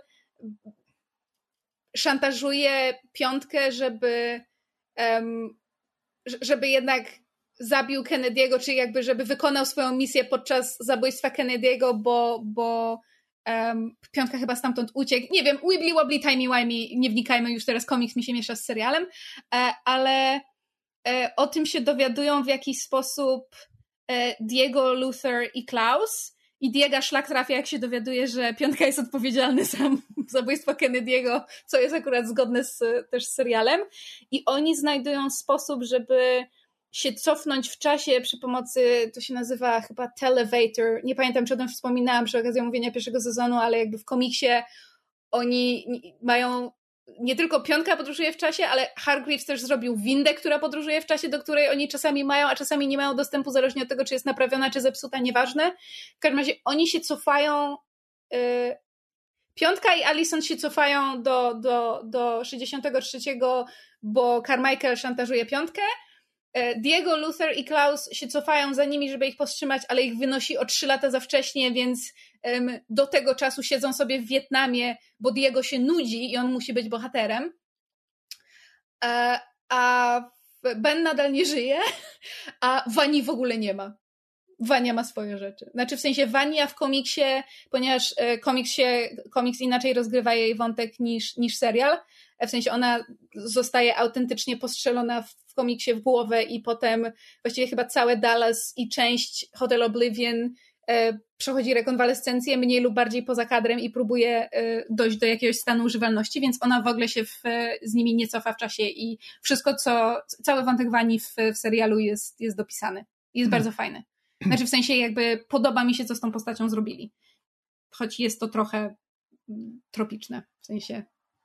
S3: szantażuje Piątkę, żeby um, żeby jednak zabił Kennedy'ego, czyli jakby żeby wykonał swoją misję podczas zabójstwa Kennedy'ego, bo, bo um, Piątka chyba stamtąd uciekł. Nie wiem, wibbly wobbly, timey wimey, nie wnikajmy już teraz, komiks mi się miesza z serialem, e, ale e, o tym się dowiadują w jakiś sposób e, Diego, Luther i Klaus. I Diego szlak trafia, jak się dowiaduje, że Piątka jest odpowiedzialny za zabójstwo Kennedy'ego, co jest akurat zgodne z też z serialem. I oni znajdują sposób, żeby się cofnąć w czasie przy pomocy, to się nazywa chyba Televator. Nie pamiętam, czy o tym wspominałam przy okazji omówienia pierwszego sezonu, ale jakby w komiksie oni mają, nie tylko Piątka podróżuje w czasie, ale Hargreaves też zrobił windę, która podróżuje w czasie, do której oni czasami mają, a czasami nie mają dostępu, zależnie od tego, czy jest naprawiona, czy zepsuta, nieważne. W każdym razie oni się cofają, yy, Piątka i Alicent się cofają do, do, do sześćdziesiątego trzeciego, bo Carmichael szantażuje Piątkę. Diego, Luther i Klaus się cofają za nimi, żeby ich powstrzymać, ale ich wynosi o trzy lata za wcześnie, więc um, do tego czasu siedzą sobie w Wietnamie, bo Diego się nudzi i on musi być bohaterem. A, a Ben nadal nie żyje, a Wani w ogóle nie ma. Wania ma swoje rzeczy. Znaczy w sensie Wania w komiksie, ponieważ komiks, się, komiks inaczej rozgrywa jej wątek niż, niż serial, w sensie ona zostaje autentycznie postrzelona w komiksie w głowę i potem właściwie chyba całe Dallas i część Hotel Oblivion e, przechodzi rekonwalescencję mniej lub bardziej poza kadrem i próbuje e, dojść do jakiegoś stanu używalności, więc ona w ogóle się w, z nimi nie cofa w czasie i wszystko, co cały wątek Wani w, w serialu jest, jest dopisany. Jest hmm. bardzo fajny. Znaczy w sensie jakby podoba mi się, co z tą postacią zrobili. Choć jest to trochę tropiczne. W sensie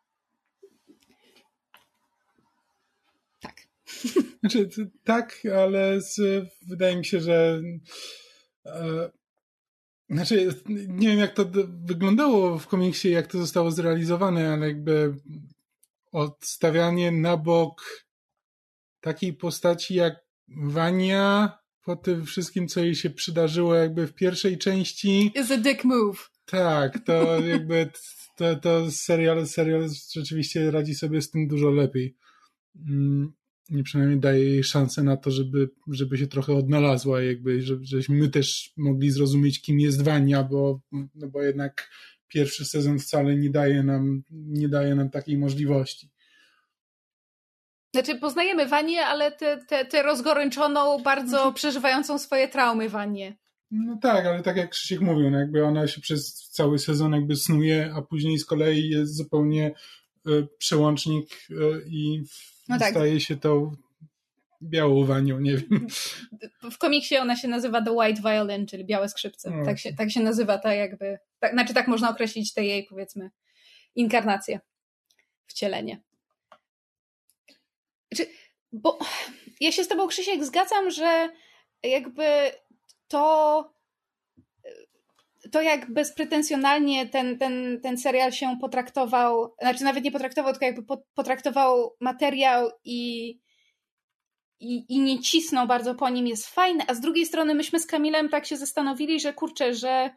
S3: tak.
S4: Znaczy, tak, ale z, wydaje mi się, że e, znaczy, nie wiem jak to wyglądało w komiksie, jak to zostało zrealizowane, ale jakby odstawianie na bok takiej postaci jak Wania po tym wszystkim, co jej się przydarzyło jakby w pierwszej części.
S3: It's a dick move.
S4: Tak, to jakby to, to serial, serial rzeczywiście radzi sobie z tym dużo lepiej. I przynajmniej daje jej szansę na to, żeby, żeby się trochę odnalazła, jakby, żebyśmy my też mogli zrozumieć, kim jest Wania, bo, no bo jednak pierwszy sezon wcale nie daje nam, nie daje nam takiej możliwości.
S3: Znaczy poznajemy Wanię, ale tę te, te, te rozgoręczoną, bardzo znaczy... przeżywającą swoje traumy Wanię.
S4: No tak, ale tak jak Krzysiek mówił, no jakby ona się przez cały sezon jakby snuje, a później z kolei jest zupełnie y, przełącznik y, i no tak. Staje się tą białą Wanią, nie wiem.
S3: W komiksie ona się nazywa The White Violin, czyli białe skrzypce. No. Tak, się, tak się nazywa ta jakby, tak, znaczy tak można określić tę jej, powiedzmy, inkarnację, wcielenie. Znaczy, bo ja się z tobą, Krzysiek, zgadzam, że jakby to to jak bezpretensjonalnie ten, ten, ten serial się potraktował, znaczy nawet nie potraktował, tylko jakby potraktował materiał i, i, i nie cisnął bardzo po nim, jest fajne, a z drugiej strony myśmy z Kamilem tak się zastanowili, że kurczę, że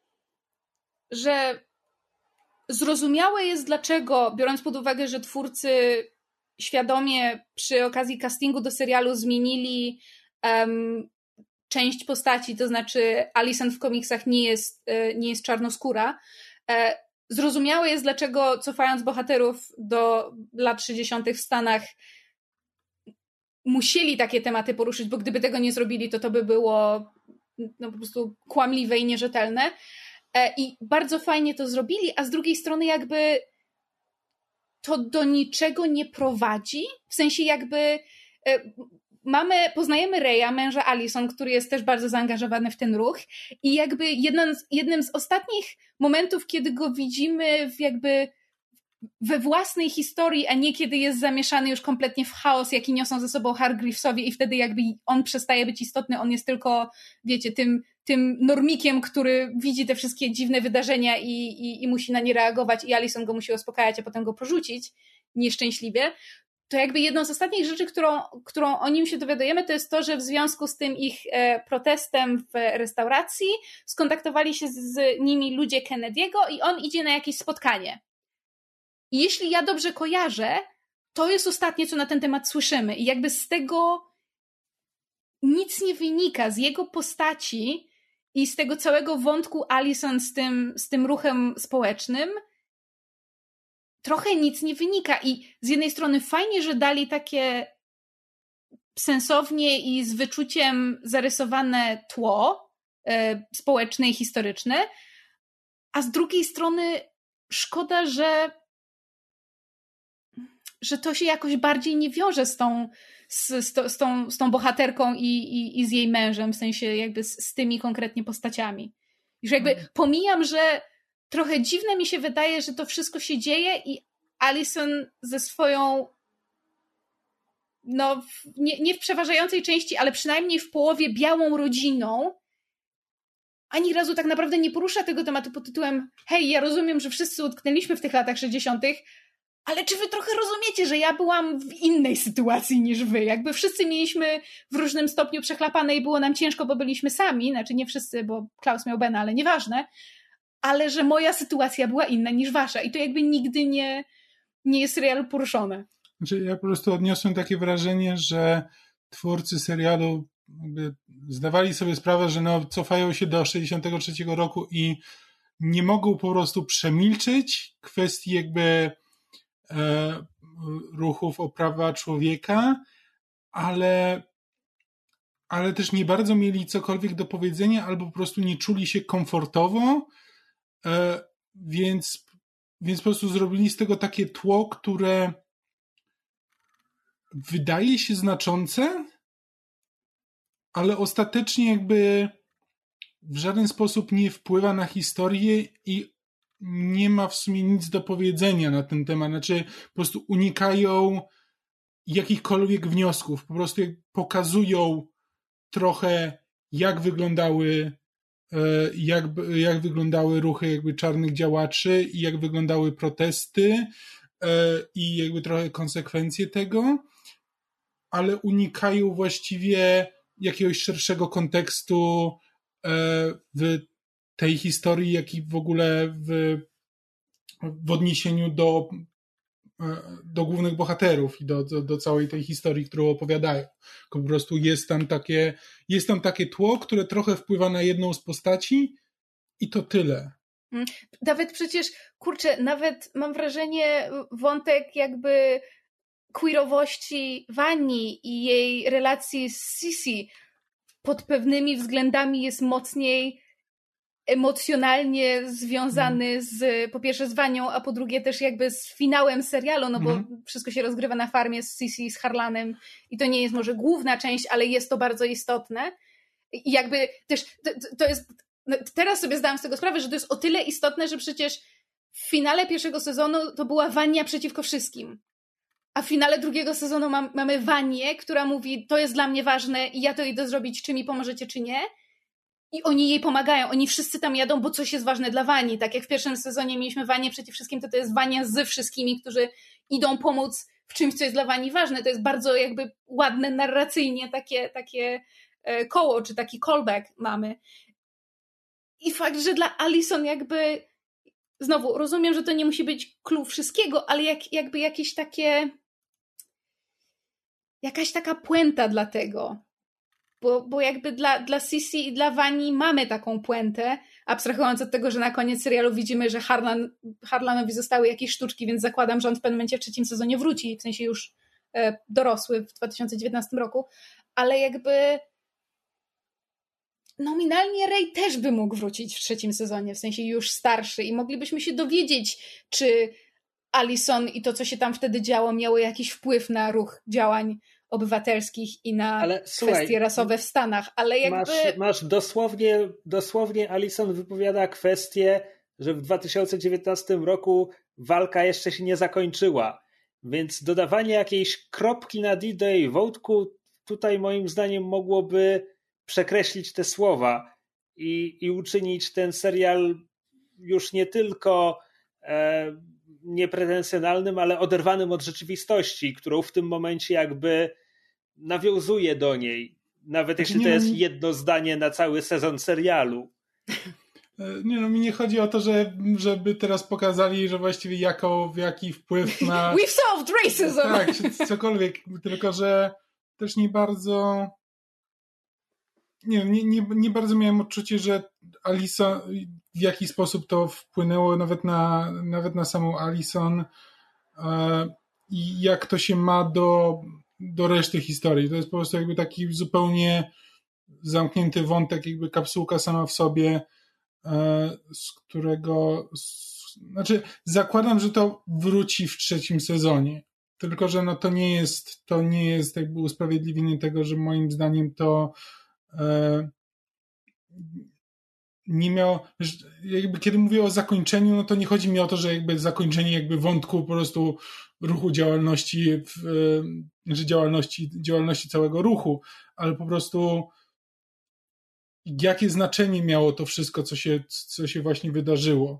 S3: że zrozumiałe jest dlaczego, biorąc pod uwagę, że twórcy świadomie przy okazji castingu do serialu zmienili um, część postaci, to znaczy Alicent w komiksach nie jest, nie jest czarnoskóra. Zrozumiałe jest, dlaczego cofając bohaterów do lat sześćdziesiątych w Stanach musieli takie tematy poruszyć, bo gdyby tego nie zrobili, to to by było no, po prostu kłamliwe i nierzetelne. I bardzo fajnie to zrobili, a z drugiej strony jakby to do niczego nie prowadzi. W sensie jakby mamy, poznajemy Raya, męża Alicent, który jest też bardzo zaangażowany w ten ruch i jakby jednym z, jednym z ostatnich momentów, kiedy go widzimy w jakby we własnej historii, a nie kiedy jest zamieszany już kompletnie w chaos, jaki niosą ze sobą Hargreavesowie i wtedy jakby on przestaje być istotny, on jest tylko, wiecie, tym, tym normikiem, który widzi te wszystkie dziwne wydarzenia i, i, i musi na nie reagować i Alicent go musi uspokajać, a potem go porzucić nieszczęśliwie. To jakby jedną z ostatnich rzeczy, którą, którą o nim się dowiadujemy, to jest to, że w związku z tym ich e, protestem w restauracji skontaktowali się z, z nimi ludzie Kennedy'ego i on idzie na jakieś spotkanie. I jeśli ja dobrze kojarzę, to jest ostatnie, co na ten temat słyszymy. I jakby z tego nic nie wynika, z jego postaci i z tego całego wątku Alicent z tym, z tym ruchem społecznym trochę nic nie wynika. I z jednej strony fajnie, że dali takie sensownie i z wyczuciem zarysowane tło e, społeczne i historyczne, a z drugiej strony szkoda, że że to się jakoś bardziej nie wiąże z tą, z, z, to, z, tą, z tą bohaterką i, i, i z jej mężem, w sensie jakby z, z tymi konkretnie postaciami. Już jakby pomijam, że trochę dziwne mi się wydaje, że to wszystko się dzieje i Alicent ze swoją no nie, nie w przeważającej części, ale przynajmniej w połowie białą rodziną ani razu tak naprawdę nie porusza tego tematu pod tytułem hej, ja rozumiem, że wszyscy utknęliśmy w tych latach sześćdziesiątych, ale czy wy trochę rozumiecie, że ja byłam w innej sytuacji niż wy? Jakby wszyscy mieliśmy w różnym stopniu przechlapane i było nam ciężko, bo byliśmy sami, znaczy nie wszyscy, bo Klaus miał Bena, ale nieważne, ale że moja sytuacja była inna niż wasza i to jakby nigdy nie, nie jest serialu poruszone.
S4: Znaczy, ja po prostu odniosłem takie wrażenie, że twórcy serialu jakby zdawali sobie sprawę, że no, cofają się do sześćdziesiątego trzeciego roku i nie mogą po prostu przemilczeć kwestii jakby e, ruchów o prawa człowieka, ale, ale też nie bardzo mieli cokolwiek do powiedzenia albo po prostu nie czuli się komfortowo, e, więc, więc po prostu zrobili z tego takie tło, które wydaje się znaczące, ale ostatecznie jakby w żaden sposób nie wpływa na historię i nie ma w sumie nic do powiedzenia na ten temat. Znaczy po prostu unikają jakichkolwiek wniosków. Po prostu pokazują trochę jak wyglądały jak, jak wyglądały ruchy jakby czarnych działaczy i jak wyglądały protesty i jakby trochę konsekwencje tego, ale unikają właściwie jakiegoś szerszego kontekstu w tej historii, jak i w ogóle w, w odniesieniu do, do głównych bohaterów i do, do, do całej tej historii, którą opowiadają. Po prostu jest tam takie, jest tam takie tło, które trochę wpływa na jedną z postaci i to tyle.
S3: Nawet przecież, kurczę, nawet mam wrażenie wątek jakby queerowości Wanni i jej relacji z Sisi pod pewnymi względami jest mocniej emocjonalnie związany mm. z, po pierwsze z Wannią, a po drugie też jakby z finałem serialu, no bo mm. wszystko się rozgrywa na farmie z Sisi, z Harlanem i to nie jest może główna część, ale jest to bardzo istotne. I jakby też to, to jest, teraz sobie zdałam z tego sprawę, że to jest o tyle istotne, że przecież w finale pierwszego sezonu to była Wania przeciwko wszystkim. A w finale drugiego sezonu mam, mamy Wanię, która mówi, to jest dla mnie ważne i ja to idę zrobić, czy mi pomożecie, czy nie. I oni jej pomagają. Oni wszyscy tam jadą, bo coś jest ważne dla Wani. Tak jak w pierwszym sezonie mieliśmy Wanię przeciw wszystkim, to to jest Wania z wszystkimi, którzy idą pomóc w czymś, co jest dla Wani ważne. To jest bardzo jakby ładne narracyjnie takie, takie koło, czy taki callback mamy. I fakt, że dla Alicent jakby znowu, rozumiem, że to nie musi być clue wszystkiego, ale jak, jakby jakieś takie jakaś taka puenta dla tego. Bo, bo jakby dla, dla Sisi i dla Wani mamy taką puentę, abstrahując od tego, że na koniec serialu widzimy, że Harlan, Harlanowi zostały jakieś sztuczki, więc zakładam, że on w pewnym momencie w trzecim sezonie wróci, w sensie już e, dorosły w dwa tysiące dziewiętnastym roku, ale jakby nominalnie Ray też by mógł wrócić w trzecim sezonie, w sensie już starszy i moglibyśmy się dowiedzieć, czy Alicent i to, co się tam wtedy działo, miało jakiś wpływ na ruch działań obywatelskich i na ale, kwestie słuchaj, rasowe w Stanach, ale jakby...
S2: Masz, masz dosłownie, dosłownie Alicent wypowiada kwestię, że w dwa tysiące dziewiętnastym roku walka jeszcze się nie zakończyła. Więc dodawanie jakiejś kropki na D-Day i wątku tutaj moim zdaniem mogłoby przekreślić te słowa i, i uczynić ten serial już nie tylko e, niepretensjonalnym, ale oderwanym od rzeczywistości, którą w tym momencie jakby nawiązuje do niej. Nawet jeśli to jest jedno zdanie na cały sezon serialu.
S4: Nie no, mi nie chodzi o to, że, żeby teraz pokazali, że właściwie jako, jaki wpływ na...
S3: We've solved racism!
S4: Tak, cokolwiek, tylko że też nie bardzo... Nie wiem, nie, nie, nie bardzo miałem odczucie, że Alison, w jaki sposób to wpłynęło nawet na, nawet na samą Alison e, i jak to się ma do, do reszty historii. To jest po prostu jakby taki zupełnie zamknięty wątek, jakby kapsułka sama w sobie, z którego, z, znaczy zakładam, że to wróci w trzecim sezonie, tylko że no to nie jest, to nie jest jakby usprawiedliwienie tego, że moim zdaniem to e, nie miało, jakby kiedy mówię o zakończeniu, no to nie chodzi mi o to, że jakby zakończenie jakby wątku po prostu ruchu działalności, w, e, że działalności, działalności całego ruchu, ale po prostu jakie znaczenie miało to wszystko, co się, co się właśnie wydarzyło.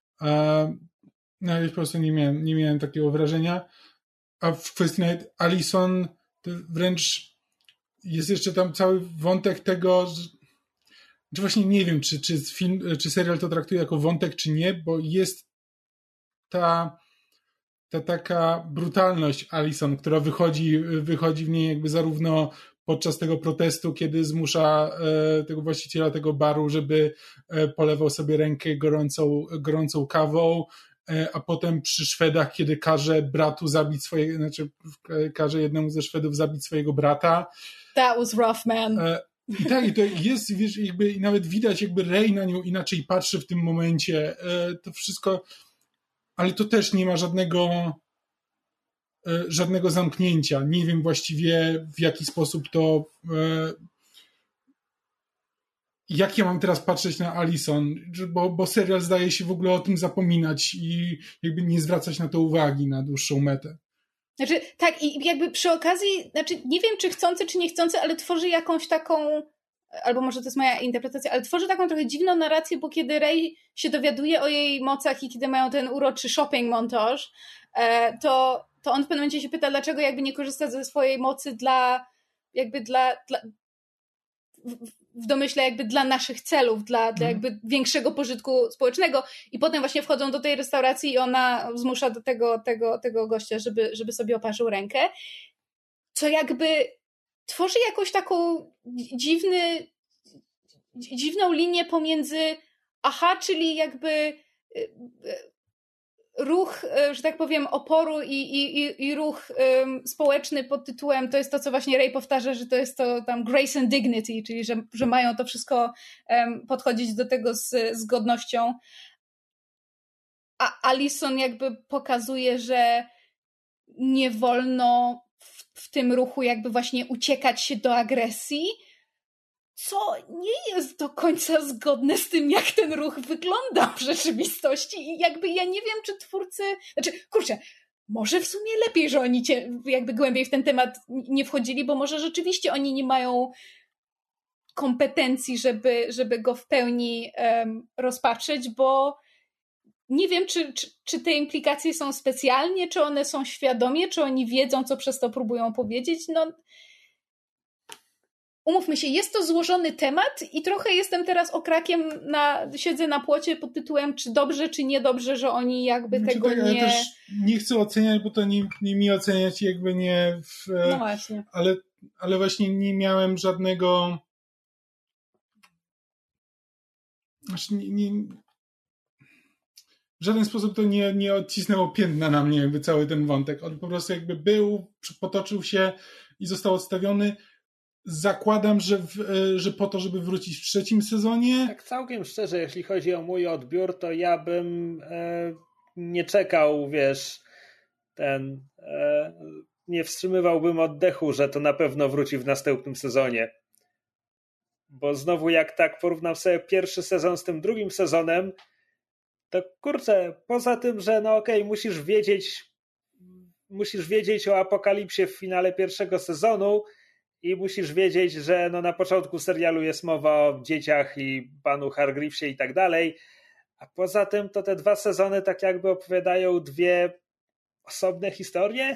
S4: No ja po prostu nie miałem, nie miałem takiego wrażenia. A w kwestii nawet Alison wręcz jest jeszcze tam cały wątek tego, że, że właśnie nie wiem, czy, czy film, czy serial to traktuje jako wątek, czy nie, bo jest ta, ta taka brutalność Alison, która wychodzi, wychodzi w niej jakby zarówno podczas tego protestu, kiedy zmusza e, tego właściciela tego baru, żeby e, polewał sobie rękę gorącą, gorącą kawą, e, a potem przy Szwedach, kiedy każe bratu zabić swojego, znaczy każe jednemu ze Szwedów zabić swojego brata.
S3: That was rough, man. E,
S4: I tak, i to jest, wiesz, jakby i nawet widać, jakby Ray na nią inaczej patrzy w tym momencie. E, to wszystko, ale to też nie ma żadnego żadnego zamknięcia. Nie wiem właściwie w jaki sposób to e, jak ja mam teraz patrzeć na Alison, bo, bo serial zdaje się w ogóle o tym zapominać i jakby nie zwracać na to uwagi na dłuższą metę.
S3: Znaczy, tak, i jakby przy okazji, znaczy nie wiem, czy chcący, czy niechcący, ale tworzy jakąś taką, albo może to jest moja interpretacja, ale tworzy taką trochę dziwną narrację, bo kiedy Ray się dowiaduje o jej mocach i kiedy mają ten uroczy shopping montaż, e, to to on w pewnym momencie się pyta, dlaczego jakby nie korzysta ze swojej mocy dla, jakby dla, dla w, w domyśle jakby dla naszych celów, dla, mm. dla jakby większego pożytku społecznego i potem właśnie wchodzą do tej restauracji i ona zmusza do tego, tego, tego gościa, żeby, żeby sobie oparzył rękę, co jakby tworzy jakąś taką dziwny, dziwną linię pomiędzy aha, czyli jakby ruch, że tak powiem, oporu i, i, i ruch um, społeczny pod tytułem, to jest to, co właśnie Ray powtarza, że to jest to tam grace and dignity, czyli że, że mają to wszystko um, podchodzić do tego z, z godnością. A Alison jakby pokazuje, że nie wolno w, w tym ruchu jakby właśnie uciekać się do agresji, co nie jest do końca zgodne z tym, jak ten ruch wygląda w rzeczywistości i jakby ja nie wiem, czy twórcy, znaczy, kurczę, może w sumie lepiej, że oni cię jakby głębiej w ten temat nie wchodzili, bo może rzeczywiście oni nie mają kompetencji, żeby, żeby go w pełni um, rozpatrzeć, bo nie wiem, czy, czy, czy te implikacje są specjalnie, czy one są świadomie, czy oni wiedzą, co przez to próbują powiedzieć, no umówmy się, jest to złożony temat i trochę jestem teraz okrakiem, na, siedzę na płocie pod tytułem, czy dobrze, czy niedobrze, że oni jakby znaczy, tego tak, nie...
S4: Ja też nie chcę oceniać, bo to nie, nie mi oceniać jakby nie... W,
S3: no właśnie.
S4: Ale, ale właśnie nie miałem żadnego... Znaczy nie, nie... W żaden sposób to nie, nie odcisnęło piętna na mnie jakby cały ten wątek. On po prostu jakby był, potoczył się i został odstawiony. Zakładam, że, w, że po to, żeby wrócić w trzecim sezonie.
S2: Tak całkiem szczerze, jeśli chodzi o mój odbiór, to ja bym e, nie czekał, wiesz, ten e, nie wstrzymywałbym oddechu, że to na pewno wróci w następnym sezonie. Bo znowu jak tak porównam sobie pierwszy sezon z tym drugim sezonem, to kurczę, poza tym, że no okej, okay, musisz wiedzieć, musisz wiedzieć o apokalipsie w finale pierwszego sezonu i musisz wiedzieć, że no na początku serialu jest mowa o dzieciach i panu Hargreavesie i tak dalej, a poza tym to te dwa sezony tak jakby opowiadają dwie osobne historie.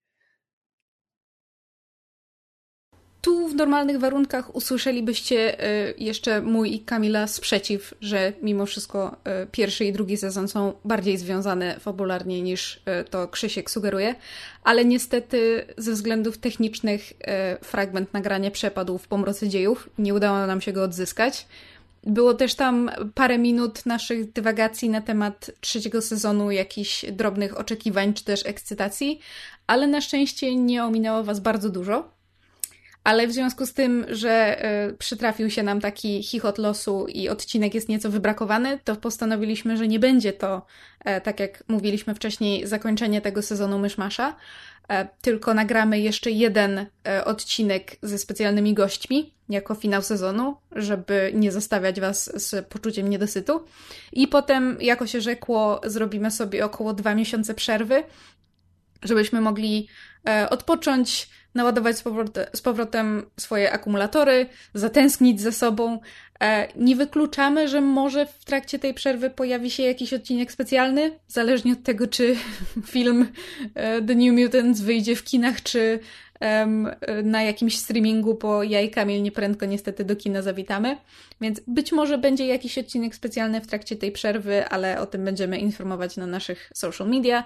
S3: Tu w normalnych warunkach usłyszelibyście jeszcze mój i Kamila sprzeciw, że mimo wszystko pierwszy i drugi sezon są bardziej związane fabularnie niż to Krzysiek sugeruje, ale niestety ze względów technicznych fragment nagrania przepadł w pomroce dziejów, nie udało nam się go odzyskać. Było też tam parę minut naszych dywagacji na temat trzeciego sezonu, jakichś drobnych oczekiwań czy też ekscytacji, ale na szczęście nie ominęło was bardzo dużo. Ale w związku z tym, że y, przytrafił się nam taki chichot losu i odcinek jest nieco wybrakowany, to postanowiliśmy, że nie będzie to, e, tak jak mówiliśmy wcześniej, zakończenie tego sezonu Myszmasza, e, tylko nagramy jeszcze jeden e, odcinek ze specjalnymi gośćmi, jako finał sezonu, żeby nie zostawiać was z poczuciem niedosytu. I potem, jako się rzekło, zrobimy sobie około dwa miesiące przerwy, żebyśmy mogli e, odpocząć, naładować z powrotem, z powrotem swoje akumulatory, zatęsknić ze sobą. E, nie wykluczamy, że może w trakcie tej przerwy pojawi się jakiś odcinek specjalny, zależnie od tego, czy film e, The New Mutants wyjdzie w kinach, czy em, na jakimś streamingu, bo ja i Kamil nieprędko niestety do kina zawitamy. Więc być może będzie jakiś odcinek specjalny w trakcie tej przerwy, ale o tym będziemy informować na naszych social media.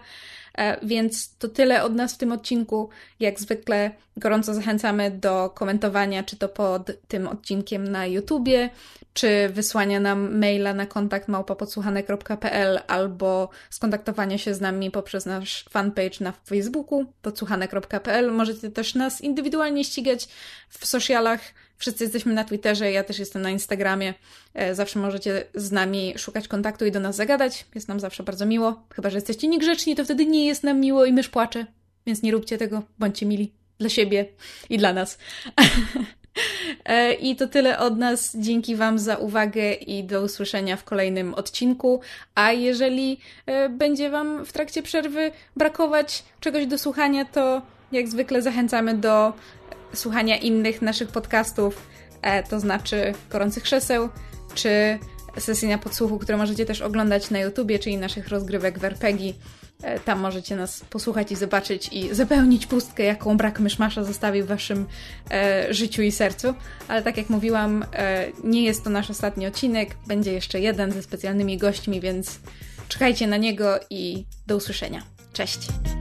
S3: Więc to tyle od nas w tym odcinku. Jak zwykle gorąco zachęcamy do komentowania, czy to pod tym odcinkiem na YouTubie, czy wysłania nam maila na kontakt małpa podsłuchane kropka p l albo skontaktowania się z nami poprzez nasz fanpage na Facebooku podsłuchane kropka p l. Możecie też nas indywidualnie ścigać w socialach. Wszyscy jesteśmy na Twitterze, ja też jestem na Instagramie. Zawsze możecie z nami szukać kontaktu i do nas zagadać. Jest nam zawsze bardzo miło. Chyba że jesteście niegrzeczni, to wtedy nie jest nam miło i mysz płacze. Więc nie róbcie tego, bądźcie mili dla siebie i dla nas. I to tyle od nas. Dzięki wam za uwagę i do usłyszenia w kolejnym odcinku. A jeżeli będzie wam w trakcie przerwy brakować czegoś do słuchania, to jak zwykle zachęcamy do słuchania innych naszych podcastów, to znaczy Gorących Krzeseł, czy Sesji na Podsłuchu, które możecie też oglądać na YouTubie, czyli naszych rozgrywek w er pe gie. Tam możecie nas posłuchać i zobaczyć i zapełnić pustkę, jaką brak Myszmasza zostawił w waszym e, życiu i sercu. Ale tak jak mówiłam, e, nie jest to nasz ostatni odcinek, będzie jeszcze jeden ze specjalnymi gośćmi, więc czekajcie na niego i do usłyszenia. Cześć!